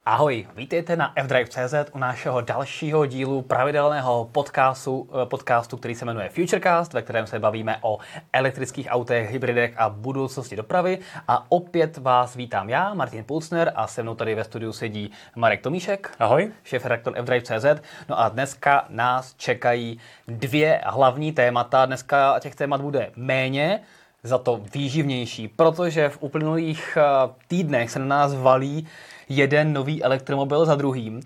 Ahoj, vítejte na fdrive.cz u našeho dalšího dílu pravidelného podcastu, který se jmenuje Futurecast, ve kterém se bavíme o elektrických autech, hybridech a budoucnosti dopravy. A opět vás vítám já, Martin Pulsner, a se mnou tady ve studiu sedí Marek Tomíšek. Ahoj. Šéfredaktor fdrive.cz. No a dneska nás čekají dvě hlavní témata. Dneska těch témat bude méně, za to výživnější, protože v uplynulých týdnech se na nás valí jeden nový elektromobil za druhým.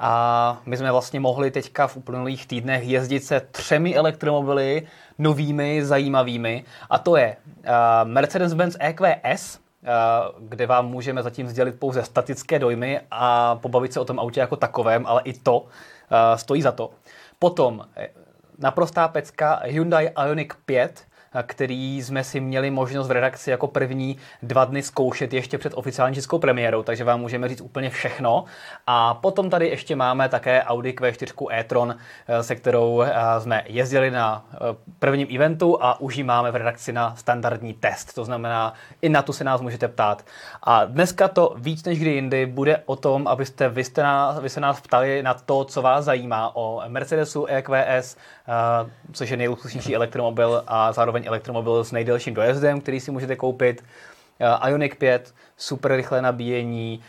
A my jsme vlastně mohli teďka v uplynulých týdnech jezdit se 3 elektromobily novými, zajímavými. A to je Mercedes-Benz EQS, kde vám můžeme zatím sdělit pouze statické dojmy a pobavit se o tom autě jako takovém, ale i to stojí za to. Potom naprostá pecka Hyundai Ioniq 5, který jsme si měli možnost v redakci jako první 2 dny zkoušet ještě před oficiální českou premiérou, takže vám můžeme říct úplně všechno. A potom tady ještě máme také Audi Q4 e-tron, se kterou jsme jezdili na prvním eventu a už ji máme v redakci na standardní test. To znamená, i na tu se nás můžete ptát. A dneska to víc než kdy jindy bude o tom, abyste vy se nás ptali na to, co vás zajímá o Mercedesu EQS, což je nejluxusnější elektromobil a zároveň elektromobil s nejdelším dojezdem, který si můžete koupit. Ioniq 5, super rychlé nabíjení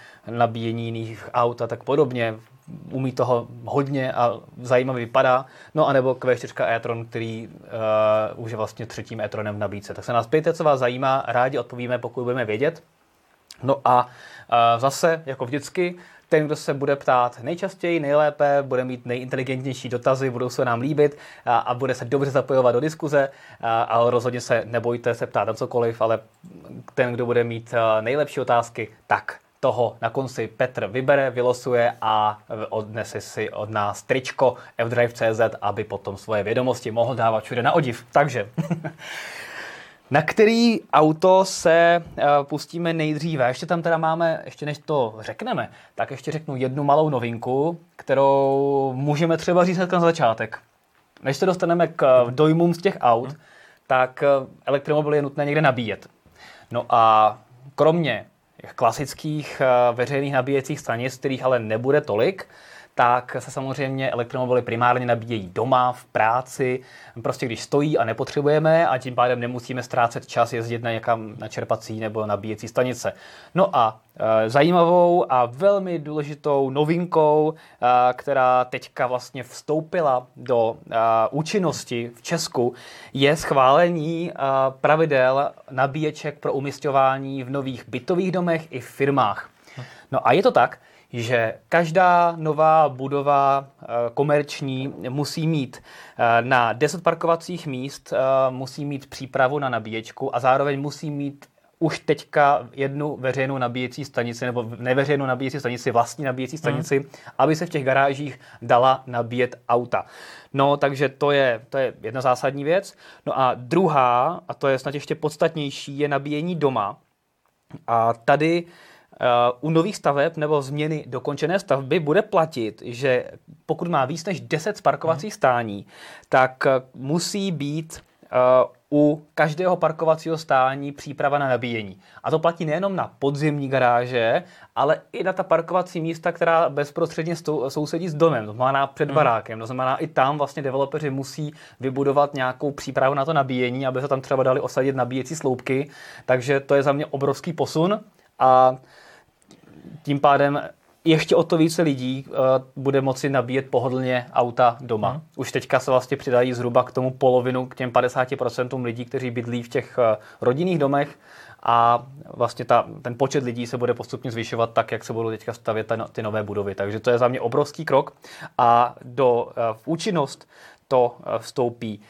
jiných aut a tak podobně. Umí toho hodně a zajímavě vypadá. No a nebo Q4 e-tron, který už je vlastně 3. e-tronem v nabídce. Tak se nás ptejte, co vás zajímá, rádi odpovíme, pokud budeme vědět. No a zase, jako vždycky, ten, kdo se bude ptát nejčastěji, nejlépe, bude mít nejinteligentnější dotazy, budou se nám líbit a bude se dobře zapojovat do diskuze, ale rozhodně se nebojte se ptát na cokoliv, ale ten, kdo bude mít nejlepší otázky, tak toho na konci Petr vybere, vylosuje a odnese si od nás tričko fdrive.cz, aby potom svoje vědomosti mohl dávat všude na odiv. Takže na který auto se pustíme nejdříve? Ještě tam teda máme, ještě než to řekneme, tak ještě řeknu jednu malou novinku, kterou můžeme třeba říct hned na začátek. Než se dostaneme k dojmům z těch aut, tak elektromobil je nutné někde nabíjet. No a kromě klasických veřejných nabíjecích stanic, kterých ale nebude tolik, tak se samozřejmě elektromobily primárně nabíjejí doma, v práci, prostě když stojí a nepotřebujeme a tím pádem nemusíme ztrácet čas jezdit na někam na čerpací nebo nabíjecí stanice. No a zajímavou a velmi důležitou novinkou, která teďka vlastně vstoupila do účinnosti v Česku, je schválení pravidel nabíječek pro umisťování v nových bytových domech i v firmách. No a je to tak, že každá nová budova komerční musí mít na 10 parkovacích míst musí mít přípravu na nabíječku a zároveň musí mít už teďka jednu veřejnou nabíjecí stanici nebo neveřejnou nabíjecí stanici, vlastní nabíjecí stanici, aby se v těch garážích dala nabíjet auta. No, takže to je jedna zásadní věc. No a druhá, a to je snad ještě podstatnější, je nabíjení doma. A tady u nových staveb nebo změny dokončené stavby bude platit, že pokud má víc než 10 parkovacích stání, tak musí být u každého parkovacího stání příprava na nabíjení. A to platí nejenom na podzemní garáže, ale i na ta parkovací místa, která bezprostředně sousedí s domem, to znamená před barákem. To znamená, i tam vlastně developeři musí vybudovat nějakou přípravu na to nabíjení, aby se tam třeba dali osadit nabíjecí sloupky. Takže to je za mě obrovský posun a tím pádem ještě o to více lidí bude moci nabíjet pohodlně auta doma. Už teďka se vlastně přidají zhruba k tomu polovinu, k těm 50% lidí, kteří bydlí v těch rodinných domech a vlastně ten počet lidí se bude postupně zvyšovat tak, jak se budou teďka stavět ty nové budovy. Takže to je za mě obrovský krok a v účinnost to vstoupí.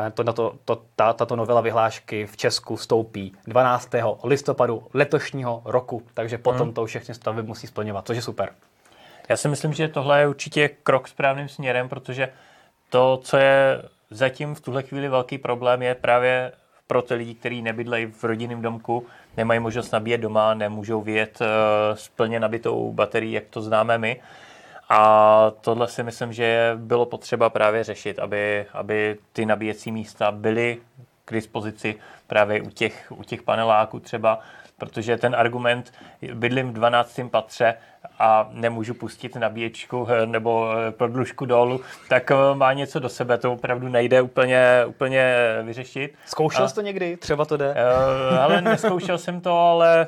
Tato novela vyhlášky v Česku vstoupí 12. listopadu letošního roku, takže potom to všechny stavby musí splňovat, což je super. Já si myslím, že tohle je určitě krok správným směrem, protože to, co je zatím v tuhle chvíli velký problém, je právě pro ty lidi, kteří nebydlejí v rodinném domku, nemají možnost nabíjet doma, nemůžou vyjet s plně nabitou baterií, jak to známe my. A tohle si myslím, že bylo potřeba právě řešit, aby ty nabíjecí místa byly k dispozici právě u těch paneláků třeba, protože ten argument bydlím v 12. patře a nemůžu pustit nabíječku nebo prodlužku dolů, tak má něco do sebe, to opravdu nejde úplně vyřešit. Zkoušel jsi to někdy? Třeba to jde? Ale neskoušel jsem to, ale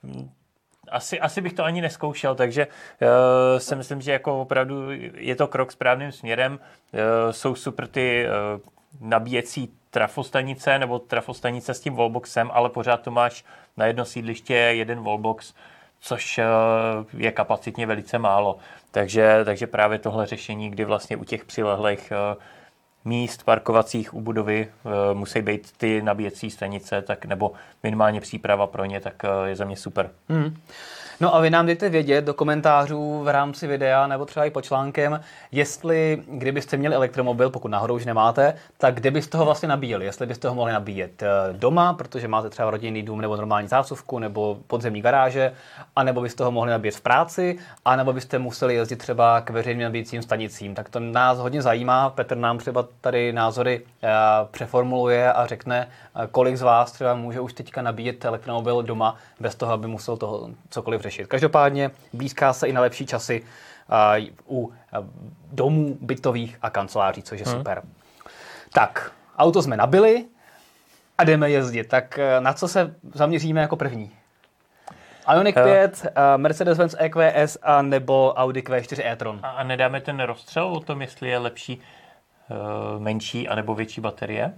asi bych to ani neskoušel, takže si myslím, že jako opravdu je to krok správným směrem. Jsou super ty nabíjecí trafostanice nebo trafostanice s tím wallboxem, ale pořád to máš na jedno sídliště jeden wallbox, což je kapacitně velice málo. Takže právě tohle řešení, kdy vlastně u těch přilehlých míst parkovacích u budovy musí být ty nabíjecí stanice, tak nebo minimálně příprava pro ně, tak je za mě super. No a vy nám dejte vědět do komentářů v rámci videa nebo třeba i pod článkem, jestli, kdybyste měli elektromobil, pokud náhodou už nemáte, tak kde byste ho vlastně nabíjeli? Jestli byste ho mohli nabíjet doma, protože máte třeba rodinný dům nebo normální zásuvku nebo podzemní garáže, anebo byste ho mohli nabíjet v práci, anebo byste museli jezdit třeba k veřejným nabíjecím stanicím. Tak to nás hodně zajímá. Petr nám třeba tady názory přeformuluje a řekne, kolik z vás třeba může už teďka nabíjet elektromobil doma bez toho, aby musel toho cokoliv řešit. Každopádně blízká se i na lepší časy u domů, bytových a kanceláří, což je super. Tak, auto jsme nabili a jdeme jezdit. Tak na co se zaměříme jako první? Ioniq 5, Mercedes-Benz EQS a nebo Audi Q4 e-tron. A nedáme ten rozstřel o tom, jestli je lepší menší anebo větší baterie?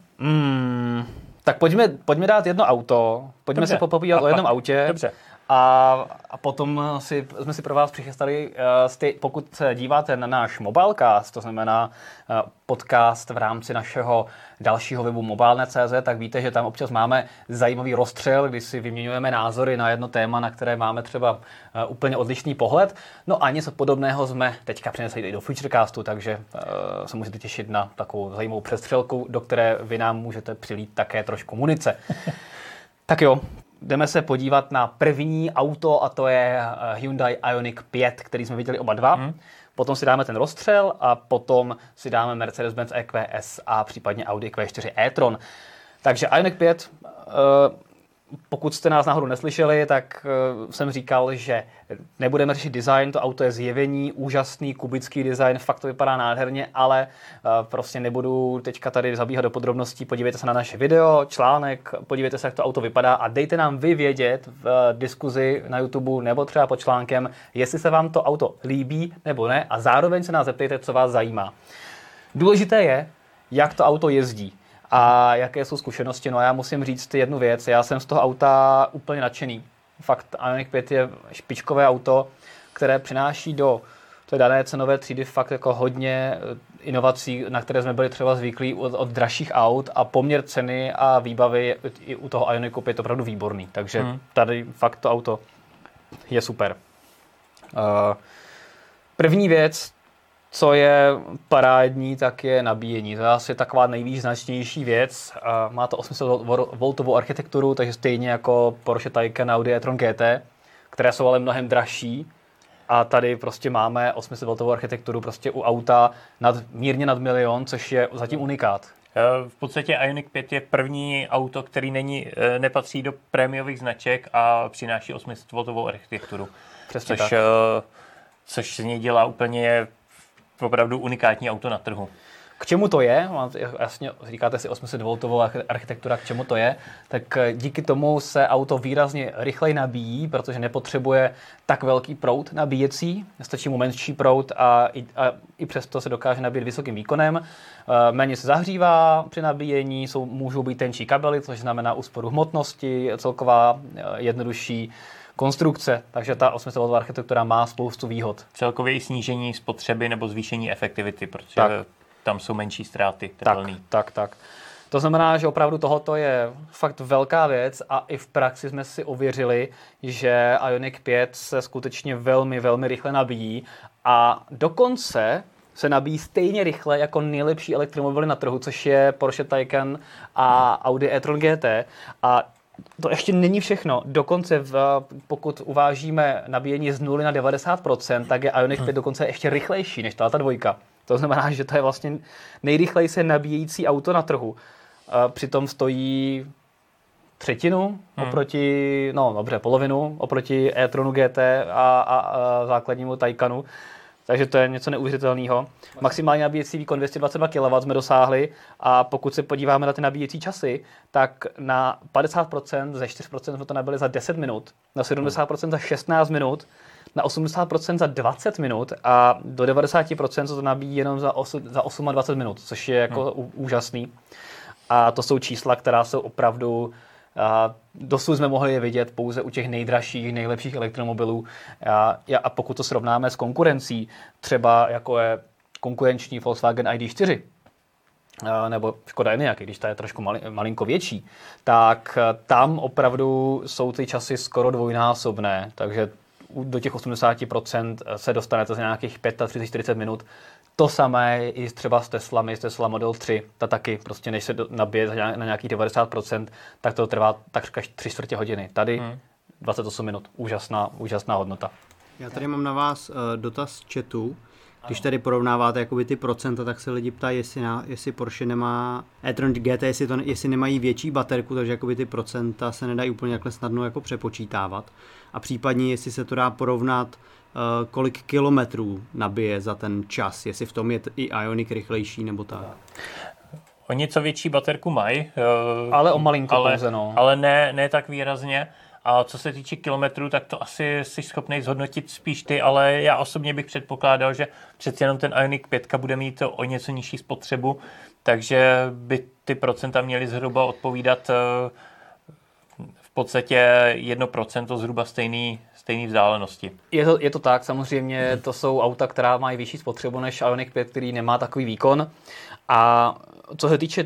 Tak pojďme dát jedno auto, pojďme se popívat o jednom autě. Dobře. A potom jsme si pro vás přichystali, pokud se díváte na náš Mobilecast, to znamená podcast v rámci našeho dalšího webu mobilne.cz, tak víte, že tam občas máme zajímavý rozstřel, kdy si vyměňujeme názory na jedno téma, na které máme třeba úplně odlišný pohled. No a něco podobného jsme teďka přinesli i do Futurecastu, takže se můžete těšit na takovou zajímavou přestřelku, do které vy nám můžete přilít také trošku munice. Tak jo. Jdeme se podívat na první auto a to je Hyundai Ioniq 5, který jsme viděli oba dva. Potom si dáme ten rozstřel a potom si dáme Mercedes-Benz EQS a případně Audi Q4 e-tron. Takže Ioniq 5, pokud jste nás náhodou neslyšeli, tak jsem říkal, že nebudeme řešit design, to auto je zjevení, úžasný kubický design, fakt to vypadá nádherně, ale prostě nebudu teďka tady zabíhat do podrobností, podívejte se na naše video, článek, podívejte se, jak to auto vypadá a dejte nám vy vědět v diskuzi na YouTube nebo třeba pod článkem, jestli se vám to auto líbí nebo ne a zároveň se nás zeptejte, co vás zajímá. Důležité je, jak to auto jezdí. A jaké jsou zkušenosti? No a já musím říct jednu věc. Já jsem z toho auta úplně nadšený. Fakt Ioniq 5 je špičkové auto, které přináší do té dané cenové třídy fakt jako hodně inovací, na které jsme byli třeba zvyklí od dražších aut a poměr ceny a výbavy i u toho Ioniqu 5 je opravdu výborný. Takže tady fakt to auto je super. První věc, co je parádní, tak je nabíjení. To je asi taková nejvýznačnější věc. Má to 800V architekturu, takže stejně jako Porsche Taycan, Audi e-tron GT, které jsou ale mnohem dražší. A tady prostě máme 800V architekturu prostě u auta mírně nad milion, což je zatím unikát. V podstatě Ioniq 5 je první auto, který nepatří do prémiových značek a přináší 800V architekturu. Přesně což z něj dělá úplně opravdu unikátní auto na trhu. K čemu to je? Jasně, říkáte si 800V architektura, k čemu to je? Tak díky tomu se auto výrazně rychleji nabíjí, protože nepotřebuje tak velký proud nabíjecí, stačí mu menší proud a i přesto se dokáže nabíjet vysokým výkonem. Méně se zahřívá při nabíjení, můžou být tenčí kabely, což znamená úsporu hmotnosti, celková jednodušší konstrukce, takže ta 800V architektura má spoustu výhod. Celkově i snížení spotřeby nebo zvýšení efektivity, protože tam jsou menší ztráty tepelný. Tak. To znamená, že opravdu tohoto je fakt velká věc a i v praxi jsme si ověřili, že Ioniq 5 se skutečně velmi, velmi rychle nabíjí a dokonce se nabíjí stejně rychle jako nejlepší elektromobily na trhu, což je Porsche Taycan a Audi e-tron GT. A to ještě není všechno. Dokonce, pokud uvážíme nabíjení z 0 na 90%, tak je Ioniq 5 dokonce ještě rychlejší než ta dvojka. To znamená, že to je vlastně nejrychleji se nabíjející auto na trhu. Přitom stojí třetinu oproti, polovinu oproti e-tronu GT a základnímu Taycanu. Takže to je něco neuvěřitelného. Maximální nabíjecí výkon 222 kW jsme dosáhli a pokud se podíváme na ty nabíjecí časy, tak na 50% ze 4% jsme to nabili za 10 minut, na 70% za 16 minut, na 80% za 20 minut a do 90% se to nabíjí jenom za 28 minut, což je jako úžasný. A to jsou čísla, která jsou opravdu dosud jsme mohli je vidět pouze u těch nejdražších, nejlepších elektromobilů. A pokud to srovnáme s konkurencí, třeba jako je konkurenční Volkswagen ID4, nebo Škoda Enyaq, když ta je trošku malinko větší, tak tam opravdu jsou ty časy skoro dvojnásobné, takže do těch 80% se dostanete za nějakých 35-40 minut. To samé i třeba s Teslami, s Tesla Model 3, ta taky prostě než se nabije na nějakých 90%, tak to trvá takřka 3/4 hodiny. Tady 28 minut. Úžasná hodnota. Já tady mám na vás dotaz z chatu. Když tady porovnáváte jakoby ty procenta, tak se lidi ptají, jestli Porsche nemá e-tron GT, jestli nemají větší baterku, takže jakoby ty procenta se nedají úplně takhle snadno jako přepočítávat. A případně, jestli se to dá porovnat, kolik kilometrů nabije za ten čas, jestli v tom je i Ioniq rychlejší nebo tak. O něco větší baterku mají. Ale o malinko pouze, no. Ale ne tak výrazně. A co se týče kilometrů, tak to asi jsi schopný zhodnotit spíš ty, ale já osobně bych předpokládal, že přeci jenom ten Ioniq 5 bude mít o něco nižší spotřebu, takže by ty procenta měly zhruba odpovídat v podstatě 1% zhruba stejný vzdálenosti. Je to tak, samozřejmě to jsou auta, která mají vyšší spotřebu než Ioniq 5, který nemá takový výkon. A co se týče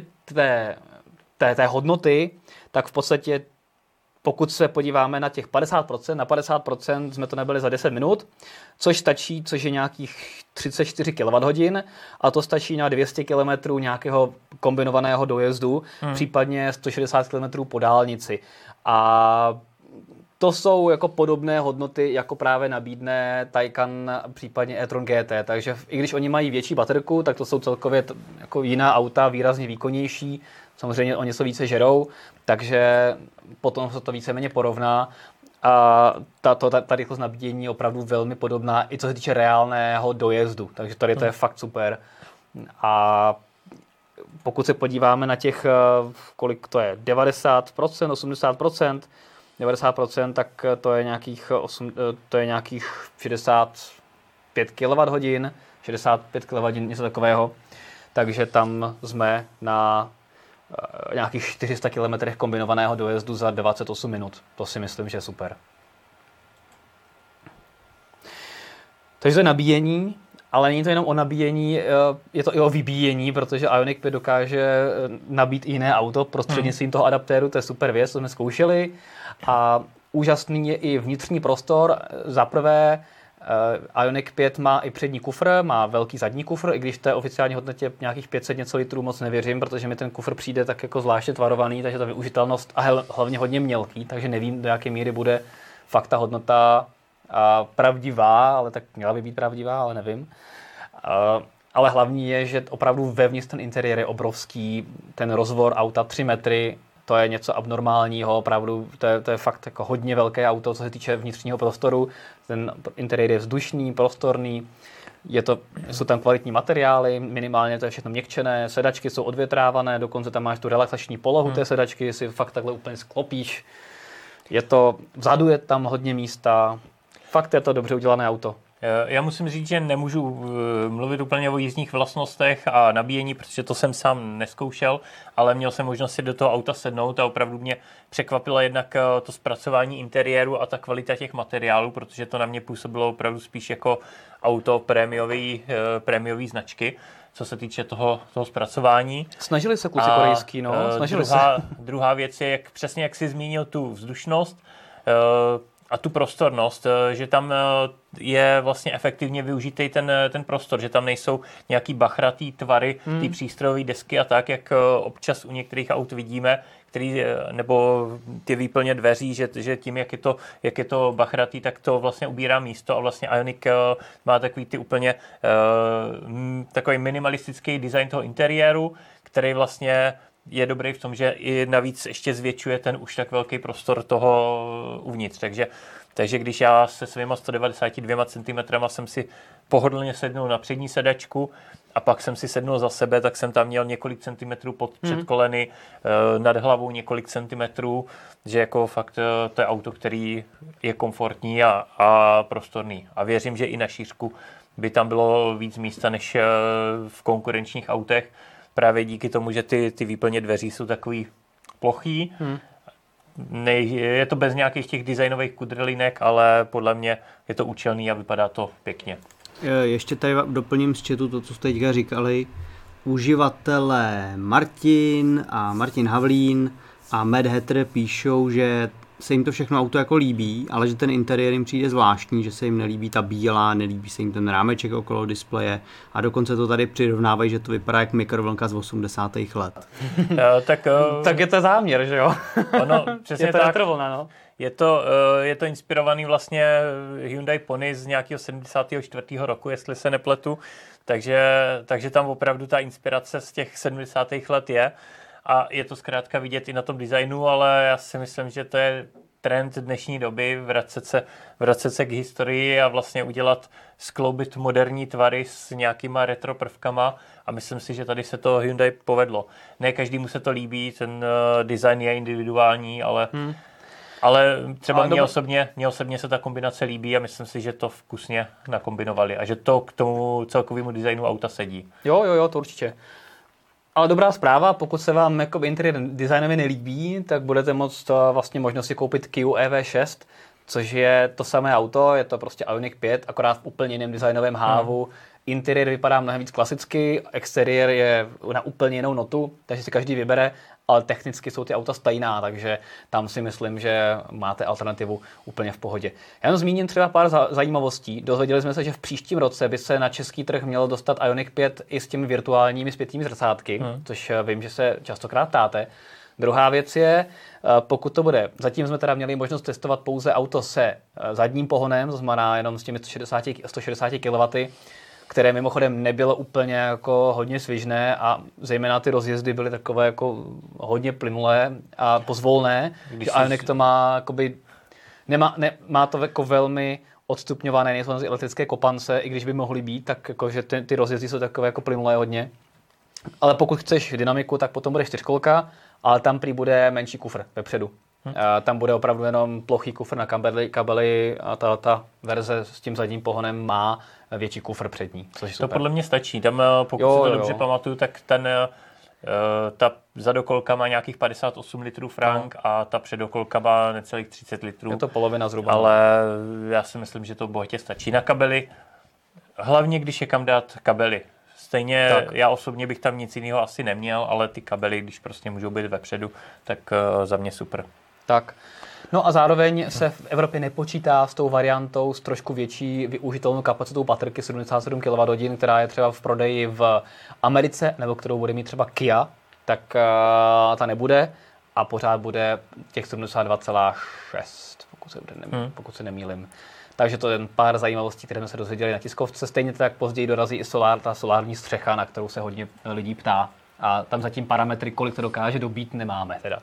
té hodnoty, tak v podstatě pokud se podíváme na těch 50%, na 50% jsme to nebyli za 10 minut, což je nějakých 34 kWh a to stačí na 200 km nějakého kombinovaného dojezdu, případně 160 km po dálnici. A to jsou jako podobné hodnoty, jako právě nabídne Taycan, případně e-tron GT. Takže i když oni mají větší baterku, tak to jsou celkově jako jiná auta, výrazně výkonnější. Samozřejmě o něco více žerou, takže potom se to víceméně porovná. A ta rychlost nabíjení je opravdu velmi podobná, i co se týče reálného dojezdu. Takže tady to je fakt super. A pokud se podíváme na těch, kolik to je, 90%, 80%, 90%, tak to je nějakých 65 kWh, 65 kWh, něco takového. Takže tam jsme na nějakých 400 km kombinovaného dojezdu za 28 minut. To si myslím, že je super. Takže to je nabíjení, ale není to jenom o nabíjení, je to i o vybíjení, protože Ioniq 5 dokáže nabít i jiné auto prostřednictvím toho adaptéru, to je super věc, to jsme zkoušeli. A úžasný je i vnitřní prostor. Za prvé, Ioniq 5 má i přední kufr, má velký zadní kufr, i když v té oficiální hodnotě nějakých 500 něco litrů moc nevěřím, protože mi ten kufr přijde tak jako zvláště tvarovaný, takže ta využitelnost a hlavně hodně mělký, takže nevím, do jaké míry bude fakt ta hodnota pravdivá, ale tak měla by být pravdivá, ale nevím. Ale hlavní je, že opravdu vevnitř ten interiér je obrovský, ten rozvor auta 3 metry, to je něco abnormálního, opravdu to je fakt jako hodně velké auto, co se týče vnitřního prostoru. Ten interiér je vzdušný, prostorný, jsou tam kvalitní materiály, minimálně to je všechno měkčené, sedačky jsou odvětrávané, dokonce tam máš tu relaxační polohu té sedačky, si fakt takhle úplně sklopíš. Vzadu je tam hodně místa, fakt je to dobře udělané auto. Já musím říct, že nemůžu mluvit úplně o jízdních vlastnostech a nabíjení, protože to jsem sám neskoušel, ale měl jsem možnost si do toho auta sednout a opravdu mě překvapilo jednak to zpracování interiéru a ta kvalita těch materiálů, protože to na mě působilo opravdu spíš jako auto prémiový značky, co se týče toho zpracování. Snažili se kluci korejský, druhá věc je, přesně jak jsi zmínil tu vzdušnost, a tu prostornost, že tam je vlastně efektivně využitý ten prostor, že tam nejsou nějaký bachratý tvary, ty přístrojové desky a tak, jak občas u některých aut vidíme, nebo ty výplně dveří, že tím, jak je to bachratý, tak to vlastně ubírá místo a vlastně Ioniq má takový ty úplně takový minimalistický design toho interiéru, který vlastně je dobrý v tom, že i navíc ještě zvětšuje ten už tak velký prostor toho uvnitř. Takže když já se svýma 192 cm jsem si pohodlně sednul na přední sedačku a pak jsem si sednul za sebe, tak jsem tam měl několik centimetrů pod předkoleny, nad hlavou několik centimetrů, že jako fakt to je auto, který je komfortní a prostorný. A věřím, že i na šířku by tam bylo víc místa než v konkurenčních autech. Právě díky tomu, že ty výplně dveří jsou takový plochý. Je to bez nějakých těch designových kudrlinek, ale podle mě je to účelný a vypadá to pěkně. Ještě tady doplním z chatu to, co jste teďka říkali. Uživatelé Martin Havlín a Mad Hatter píšou, že se jim to všechno auto jako líbí, ale že ten interiér jim přijde zvláštní, že se jim nelíbí ta bílá, nelíbí se jim ten rámeček okolo displeje a dokonce to tady přirovnávají, že to vypadá jak mikrovlnka z 80. let. Tak je to záměr, že jo? Ono, přesně je to retrovlna, no. Je to inspirovaný vlastně Hyundai Pony z nějakého 74. roku, jestli se nepletu, takže tam opravdu ta inspirace z těch 70. let je. A je to zkrátka vidět i na tom designu, ale já si myslím, že to je trend dnešní doby, vracet se k historii a vlastně skloubit moderní tvary s nějakýma retro prvkama a myslím si, že tady se to Hyundai povedlo. Ne každému se to líbí, ten design je individuální, ale třeba mně osobně se ta kombinace líbí a myslím si, že to vkusně nakombinovali a že to k tomu celkovému designu auta sedí. Jo, to určitě. Ale dobrá zpráva, pokud se vám interiér designově nelíbí, tak budete moct vlastně možnosti koupit Kia EV6, což je to samé auto, je to prostě Ioniq 5, akorát v úplně jiném designovém hávu. Interiér vypadá mnohem víc klasicky, exteriér je na úplně jinou notu, takže si každý vybere, ale technicky jsou ty auta stejná, takže tam si myslím, že máte alternativu úplně v pohodě. Já jenom zmíním třeba pár zajímavostí. Dozvěděli jsme se, že v příštím roce by se na český trh mělo dostat Ioniq 5 i s těmi virtuálními zpětnými zrcátky, což vím, že se častokrát ptáte. Druhá věc je, pokud to bude, zatím jsme teda měli možnost testovat pouze auto se zadním pohonem, to znamená jenom s těmi 160 kW, které mimochodem nebylo úplně jako hodně svižné a zejména ty rozjezdy byly takové jako hodně plynulé a pozvolné. Ioniq to má má to jako velmi odstupňované, nejsou z elektrické kopance, i když by mohly být, tak jako, že ty rozjezdy jsou takové jako plynulé hodně. Ale pokud chceš dynamiku, tak potom bude 4kolka, ale tam prý bude menší kufr vepředu. Tam bude opravdu jenom plochý kufr na kabely a ta verze s tím zadním pohonem má větší kufr přední, což je super. To podle mě stačí. Tam, pokud si to dobře pamatuju, tak ta zadokolka má nějakých 58 litrů frank a ta předokolka má necelých 30 litrů. Je to polovina zhruba. Ale já si myslím, že to bohatě stačí na kabely. Hlavně, když je kam dát kabely. Stejně já osobně bych tam nic jiného asi neměl, ale ty kabely, když prostě můžou být vepředu, tak za mě super. Tak. No a zároveň se v Evropě nepočítá s tou variantou s trošku větší využitelnou kapacitou baterky 77 kWh, která je třeba v prodeji v Americe, nebo kterou bude mít třeba Kia, tak ta nebude a pořád bude těch 72,6, pokud se nemýlim. Takže to je pár zajímavostí, které jsme se dozvěděli na tiskovce. Stejně tak později dorazí i ta solární střecha, na kterou se hodně lidí ptá. A tam zatím parametry, kolik to dokáže dobít, nemáme teda.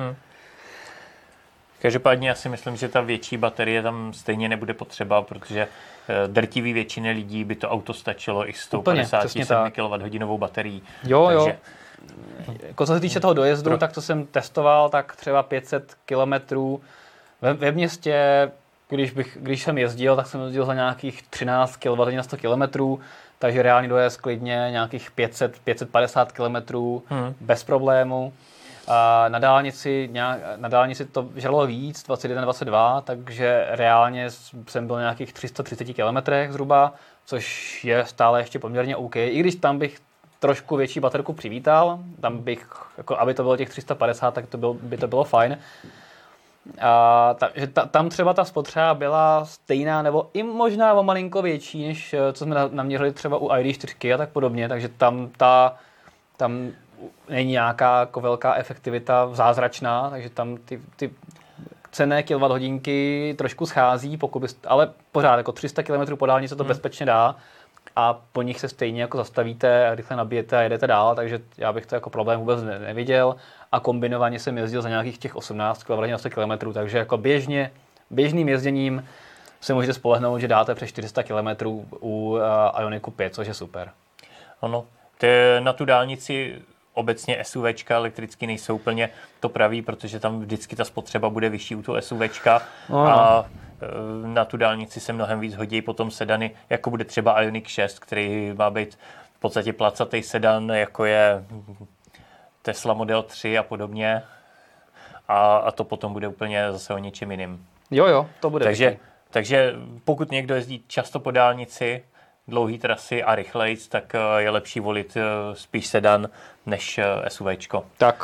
Každopádně já si myslím, že ta větší baterie tam stejně nebude potřeba, protože drtivý většině lidí by to auto stačilo i s tou 57 kWh baterií. Jo. Jako co se týče toho dojezdu, tak co jsem testoval, tak třeba 500 kilometrů ve městě, když jsem jezdil, tak jsem jezdil za nějakých 13 kWh na 100 kilometrů, takže reálný dojezd klidně nějakých 550 kilometrů bez problému. Na dálnici to žralo víc, 21-22, takže reálně jsem byl na nějakých 330 kilometrech zhruba, což je stále ještě poměrně OK. I když tam bych trošku větší baterku přivítal, tam bych, jako aby to bylo těch 350, tak by to bylo fajn. Takže tam třeba ta spotřeba byla stejná, nebo i možná o malinko větší, než co jsme naměřili třeba u ID4 a tak podobně, takže tam není nějaká jako velká efektivita zázračná, takže tam ty cenné kilowatthodinky trošku schází, ale pořád jako 300 km po dálnici to bezpečně dá a po nich se stejně jako zastavíte, rychle nabijete a jedete dál, takže já bych to jako problém vůbec neviděl a kombinovaně jsem jezdil za nějakých těch 18 km na 100 km, takže jako běžným jezděním se můžete spolehnout, že dáte přes 400 km u Ioniqu 5, což je super. Ano, na tu dálnici obecně SUVčka elektricky nejsou úplně to pravý, protože tam vždycky ta spotřeba bude vyšší u toho SUVčka a na tu dálnici se mnohem víc hodí potom sedany, jako bude třeba Ioniq 6, který má být v podstatě placatý sedan, jako je Tesla Model 3 a podobně. A to potom bude úplně zase o něčem jiným. Jo, to bude. Takže pokud někdo jezdí často po dálnici, dlouhé trasy a rychlejc, tak je lepší volit spíš sedan než SUVčko. Tak.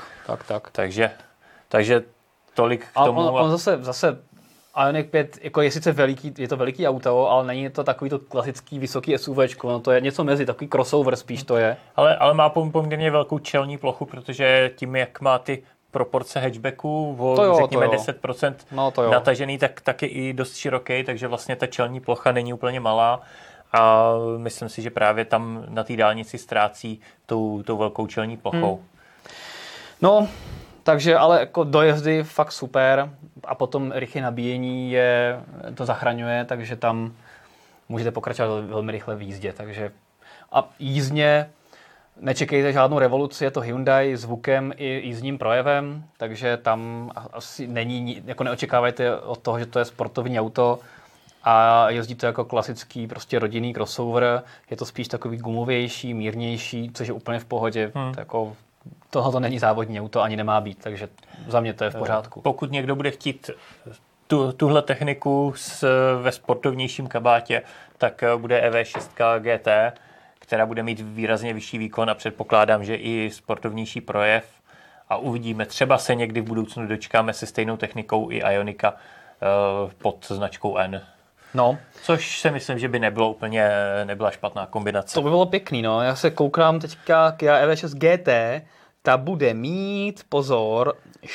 Takže tolik k tomu. On zase Ioniq 5 jako je sice je to veliký auto, ale není to takový to klasický vysoký SUVčko, no to je něco mezi, takový crossover spíš to je. Ale má poměrně velkou čelní plochu, protože tím, jak má ty proporce hatchbacku, řekněme 10% natažený, tak je i dost široký, takže vlastně ta čelní plocha není úplně malá a myslím si, že právě tam na té dálnici ztrácí tou velkou čelní plochou. No, takže ale jako dojezdy fakt super a potom rychlé nabíjení to zachraňuje, takže tam můžete pokračovat velmi rychle v jízdě. Takže a jízdně nečekejte žádnou revoluci, je to Hyundai zvukem i jízdním projevem, takže tam asi není, jako neočekávajte od toho, že to je sportovní auto a jezdí to jako klasický prostě rodinný crossover, je to spíš takový gumovější, mírnější, což je úplně v pohodě, jako tohle není závodní auto, ani nemá být, takže za mě to je v pořádku. Pokud někdo bude chtít tuhle techniku ve sportovnějším kabátě, tak bude EV6 GT, která bude mít výrazně vyšší výkon a předpokládám, že i sportovnější projev a uvidíme. Třeba se někdy v budoucnu dočkáme se stejnou technikou i Ionika pod značkou N. No. Což si myslím, že by nebyla špatná kombinace. To by bylo pěkný, no. Já se koukám teďka Kia EV6 GT, ta bude mít, pozor,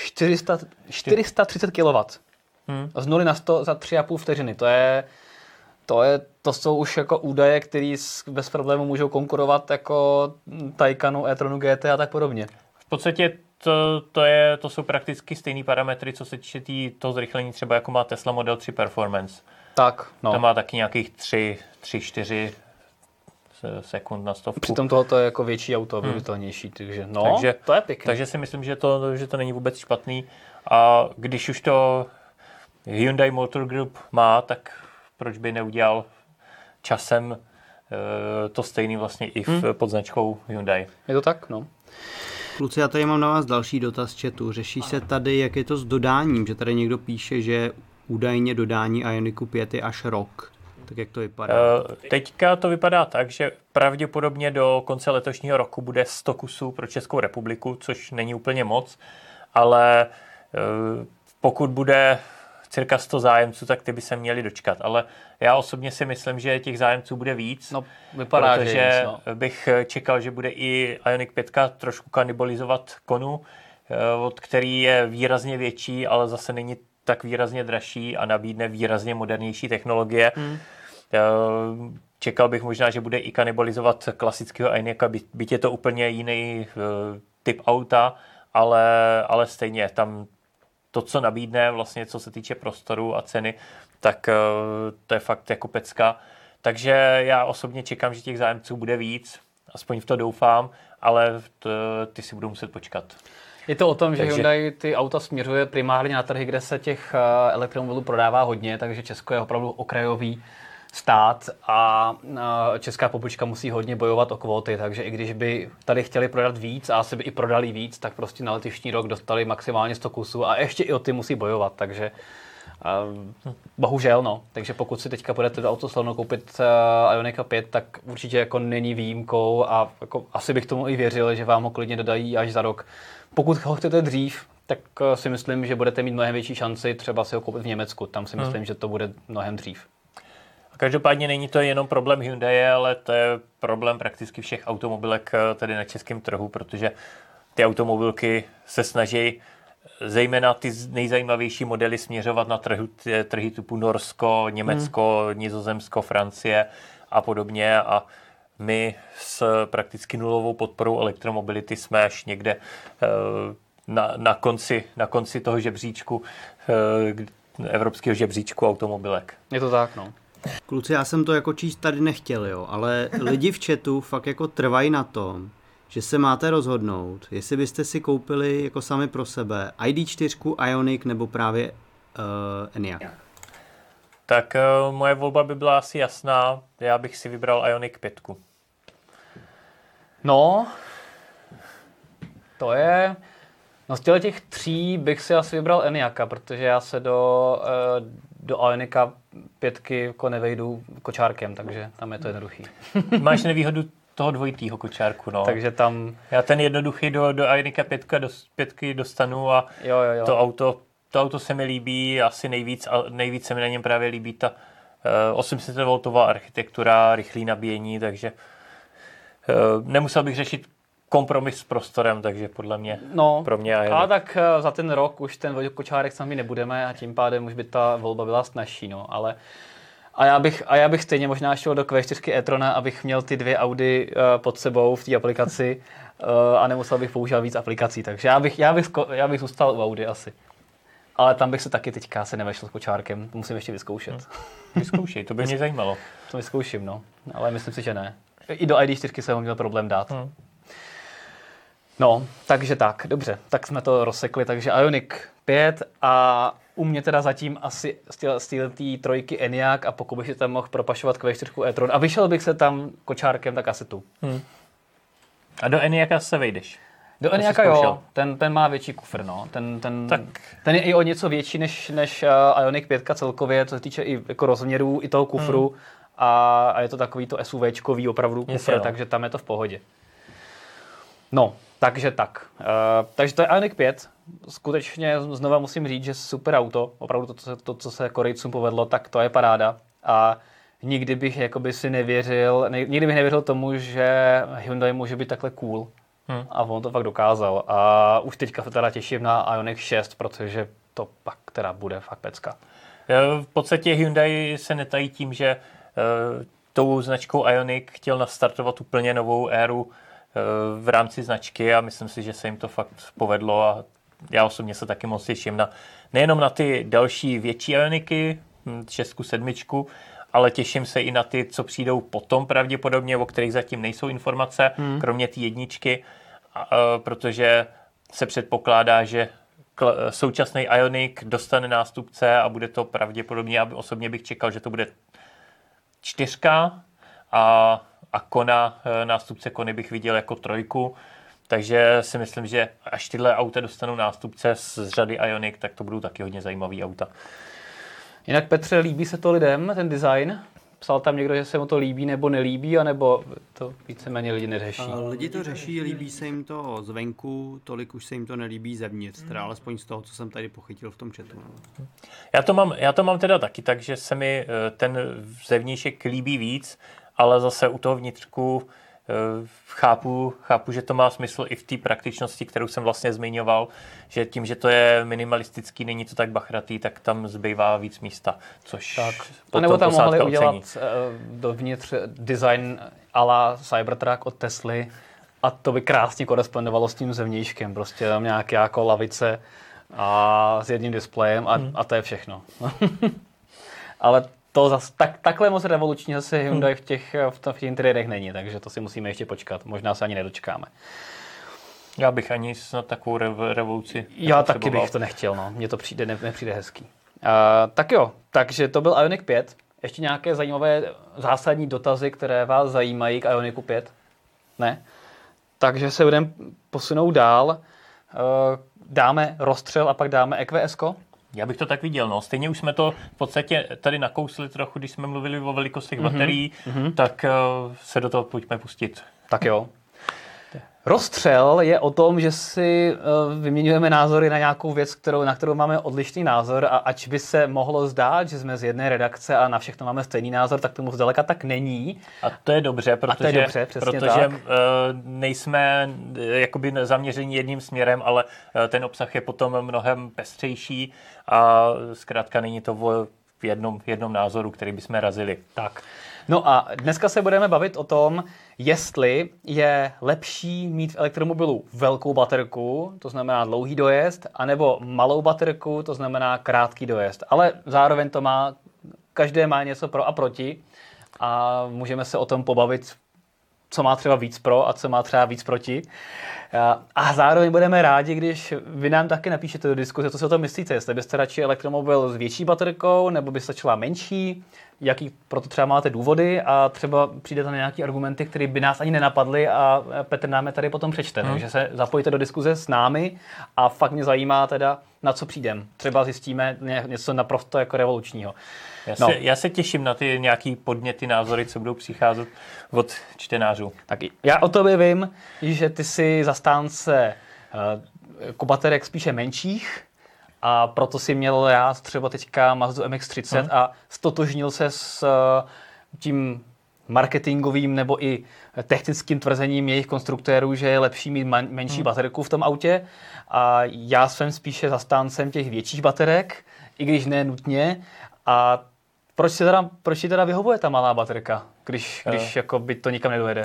430 kW. Z 0 na 100 za 3,5 vteřiny. To jsou už jako údaje, které bez problému můžou konkurovat jako Taycanu, e-tronu GT a tak podobně. V podstatě to jsou prakticky stejný parametry, co se týče toho zrychlení, třeba jako má Tesla Model 3 Performance. Tak, no. Tam má taky nějakých 3-4 sekund na 100. Přitom tohoto je jako větší auto, viditelnější, takže to je pěkný. Takže si myslím, že to není vůbec špatný. A když už to Hyundai Motor Group má, tak proč by neudělal časem to stejný vlastně i pod značkou Hyundai. Je to tak, no. Kluci, já tady mám na vás další dotaz z chatu. Řeší se tady, jak je to s dodáním, že tady někdo píše, že údajně dodání Ioniqu 5 je až rok. Tak jak to vypadá? Teďka to vypadá tak, že pravděpodobně do konce letošního roku bude 100 kusů pro Českou republiku, což není úplně moc, ale pokud bude cirka 100 zájemců, tak ty by se měli dočkat. Ale já osobně si myslím, že těch zájemců bude víc. No, vypadá, protože že víc, bych čekal, že bude i Ioniq 5 trošku kanibalizovat Konu, od který je výrazně větší, ale zase není tak výrazně dražší a nabídne výrazně modernější technologie. Čekal bych možná, že bude i kanibalizovat klasického Ioniqa, byť je to úplně jiný typ auta, ale stejně tam to, co nabídne, vlastně co se týče prostoru a ceny, tak to je fakt jako pecka. Takže já osobně čekám, že těch zájemců bude víc, aspoň v to doufám, ale ty si budou muset počkat. Je to o tom, že Hyundai ty auta směřuje primárně na trhy, kde se těch elektromobilů prodává hodně, takže Česko je opravdu okrajový stát a česká pobočka musí hodně bojovat o kvóty, takže i když by tady chtěli prodat víc a asi by i prodali víc, tak prostě na letošní rok dostali maximálně 100 kusů a ještě i o ty musí bojovat, takže bohužel, no. Takže pokud si teďka budete do autosalonu koupit Ioniqa 5, tak určitě jako není výjimkou a jako asi bych tomu i věřil, že vám ho klidně dodají až za rok. Pokud ho chcete dřív, tak si myslím, že budete mít mnohem větší šanci třeba si ho koupit v Německu. Tam si myslím, že to bude mnohem dřív. Každopádně není to jenom problém Hyundai, ale to je problém prakticky všech automobilek tady na českém trhu, protože ty automobilky se snaží zejména ty nejzajímavější modely směřovat na trhy typu Norsko, Německo, Nizozemsko, Francie a podobně a my s prakticky nulovou podporou elektromobility jsme až někde na konci toho žebříčku, evropského žebříčku automobilek. Je to tak, no. Kluci, já jsem to jako číst tady nechtěl, jo, ale lidi v chatu fakt jako trvají na tom, že se máte rozhodnout, jestli byste si koupili jako sami pro sebe ID4, Ioniq nebo právě Enyaq. Tak moje volba by byla asi jasná, já bych si vybral Ioniq 5. No, to je... No z těch 3 bych si asi vybral Enyaq, protože já se do Ioniqa 5 jako nevejdu kočárkem, takže tam je to jednoduchý. Máš nevýhodu toho dvojitýho kočárku, no. Takže tam... Já ten jednoduchý do Ioniqa 5 dostanu a jo. To auto se mi líbí asi nejvíc se mi na něm právě líbí ta 800V architektura, rychlé nabíjení, takže nemusel bych řešit kompromis s prostorem, takže podle mě, pro mě Ioniq. Ale tak za ten rok už ten kočárek sami nebudeme a tím pádem už by ta volba byla snazší, no, ale a já bych stejně možná šel do Q4 e-trona, abych měl ty 2 Audi pod sebou v té aplikaci a nemusel bych používat víc aplikací, takže já bych zůstal u Audi asi. Ale tam bych se taky teďka nevešel s kočárkem, to musím ještě vyzkoušet. Vyzkoušej, to by mě zajímalo. To vyzkouším, no, ale myslím si, že ne. I do ID4 jsem ho měl problém dát. No, takže tak, dobře, tak jsme to rozsekli, takže Ioniq 5 a u mě teda zatím asi z té trojky Enyaq a pokud bych si tam mohl propašovat Q4 e-tron a vyšel bych se tam kočárkem, tak asi tu. A do Enyaqa se vejdeš? Do Enyaqa jo, ten má větší kufr, no. Ten je i o něco větší než Ioniq 5 celkově, co se týče i jako rozměrů, i toho kufru a je to takový to SUVčkový opravdu kufr, takže tam je to v pohodě. No, takže tak. Takže to je Ioniq 5. Skutečně znova musím říct, že super auto. Opravdu to co se Korejcům povedlo, tak to je paráda. A nikdy bych nevěřil tomu, že Hyundai může být takhle cool. A on to fakt dokázal. A už teďka se teda těším na Ioniq 6, protože to pak teda bude fakt pecka. V podstatě Hyundai se netají tím, že tou značkou Ioniq chtěl nastartovat úplně novou éru v rámci značky a myslím si, že se jim to fakt povedlo a já osobně se taky moc těším nejenom na ty další větší Ioniqy, 6, 7, ale těším se i na ty, co přijdou potom pravděpodobně, o kterých zatím nejsou informace, kromě té 1, protože se předpokládá, že současný Ioniq dostane nástupce a bude to pravděpodobně, osobně bych čekal, že to bude 4 a Kona, nástupce Kony bych viděl jako 3, takže si myslím, že až tyhle auta dostanou nástupce z řady Ioniq, tak to budou taky hodně zajímavý auta. Jinak Petře, líbí se to lidem, ten design? Psal tam někdo, že se mu to líbí nebo nelíbí, anebo to víceméně lidi neřeší? Lidi to řeší, líbí se jim to zvenku, tolik už se jim to nelíbí zevnitř, teda alespoň z toho, co jsem tady pochytil v tom chatu. Já to mám teda taky, takže se mi ten zevnějšek líbí víc, ale zase u toho vnitřku chápu, že to má smysl i v té praktičnosti, kterou jsem vlastně zmiňoval, že tím, že to je minimalistický, není to tak bachratý, tak tam zbývá víc místa, což tak. A nebo tam mohli udělat dovnitř design a la Cybertruck od Tesly a to by krásně korespondovalo s tím zevnějškem, prostě tam nějaké jako lavice a s jedním displejem a to je všechno. Ale to zase takhle moc revoluční zase Hyundai v těch interiérech není, takže to si musíme ještě počkat. Možná se ani nedočkáme. Já bych ani snad takovou revoluci já taky bych to nechtěl, no. Mně to nepřijde hezký. Tak jo, takže to byl Ioniq 5. Ještě nějaké zajímavé zásadní dotazy, které vás zajímají k Ioniqu 5? Ne? Takže se budeme posunout dál. Dáme rozstřel a pak dáme EQS-ko? Já bych to tak viděl, no. Stejně už jsme to v podstatě tady nakousli trochu, když jsme mluvili o velikostech baterií, tak se do toho pojďme pustit. Tak jo. Rozstřel je o tom, že si vyměňujeme názory na nějakou věc, na kterou máme odlišný názor a ač by se mohlo zdát, že jsme z jedné redakce a na všechno máme stejný názor, tak tomu zdaleka tak není. A to je dobře, protože nejsme jakoby zaměření jedním směrem, ale ten obsah je potom mnohem pestřejší a zkrátka není to v jednom názoru, který bychom razili. Tak. No a dneska se budeme bavit o tom, jestli je lepší mít v elektromobilu velkou baterku, to znamená dlouhý dojezd, anebo malou baterku, to znamená krátký dojezd. Ale zároveň to má, každé má něco pro a proti a můžeme se o tom pobavit, co má třeba víc pro a co má třeba víc proti. A zároveň budeme rádi, když vy nám taky napíšete do diskuze, co si o tom myslíte. Jestli byste radši elektromobil s větší baterkou, nebo by stačila menší, jaký proto třeba máte důvody a třeba přijdete na nějaké argumenty, které by nás ani nenapadly a Petr nám je tady potom přečte. Takže se zapojte do diskuze s námi a fakt mě zajímá teda, na co přijdem. Třeba zjistíme něco naprosto jako revolučního. Já se těším na ty nějaký podněty, názory, co budou přicházet od čtenářů. Tak já o tobě vím, že ty jsi zastánce baterek spíše menších a proto si měl já třeba teďka Mazdu MX-30 a stotožnil se s tím marketingovým nebo i technickým tvrzením jejich konstruktérů, že je lepší mít menší baterku v tom autě. A já jsem spíše zastáncem těch větších baterek, i když ne nutně. A proč ti teda vyhovuje ta malá baterka, když jako by to nikam nedojede?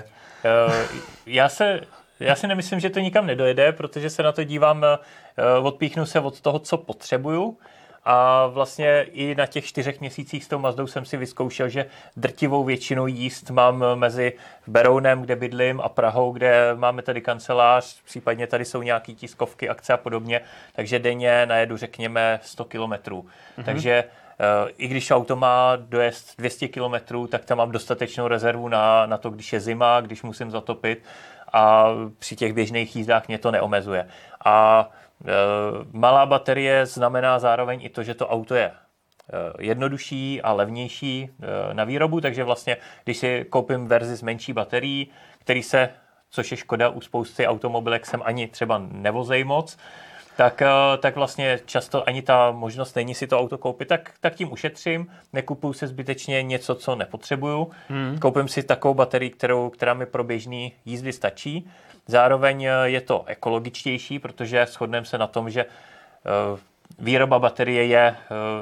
Já si nemyslím, že to nikam nedojede, protože se na to dívám, odpíchnu se od toho, co potřebuju. A vlastně i na těch 4 měsících s tou Mazdou jsem si vyzkoušel, že drtivou většinou jízd mám mezi Berounem, kde bydlím, a Prahou, kde máme tady kancelář, případně tady jsou nějaký tiskovky, akce a podobně, takže denně najedu řekněme 100 kilometrů. Takže i když auto má dojezd 200 kilometrů, tak tam mám dostatečnou rezervu na to, když je zima, když musím zatopit a při těch běžných jízdách mě to neomezuje. A malá baterie znamená zároveň i to, že to auto je jednodušší a levnější na výrobu, takže vlastně, když si koupím verzi s menší baterií, což je škoda, u spousty automobilek sem ani třeba nevozej moc, tak vlastně často ani ta možnost není si to auto koupit, tak tím ušetřím, nekupuju se zbytečně něco, co nepotřebuju, koupím si takovou baterii, která mi pro běžný jízdy stačí. Zároveň je to ekologičtější, protože shodneme se na tom, že výroba baterie je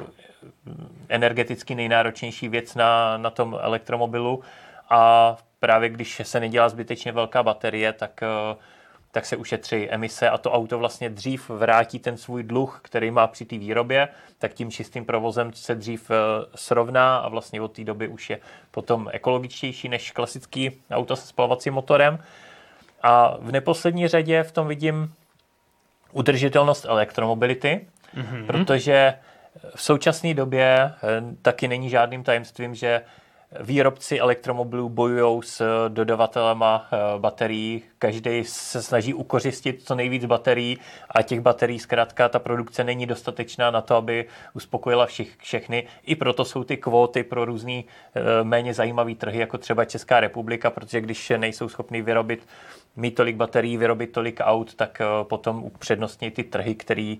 energeticky nejnáročnější věc na tom elektromobilu a právě když se nedělá zbytečně velká baterie, tak se ušetří emise a to auto vlastně dřív vrátí ten svůj dluh, který má při té výrobě, tak tím čistým provozem se dřív srovná a vlastně od té doby už je potom ekologičtější než klasický auto se spalovacím motorem. A v neposlední řadě v tom vidím udržitelnost elektromobility, protože v současné době taky není žádným tajemstvím, že výrobci elektromobilů bojují s dodavatelema baterií. Každý se snaží ukořistit co nejvíc baterií a těch baterií zkrátka ta produkce není dostatečná na to, aby uspokojila všechny. I proto jsou ty kvóty pro různý méně zajímavý trhy, jako třeba Česká republika, protože když nejsou schopni mít tolik baterií, vyrobit tolik aut, tak potom upřednostní ty trhy,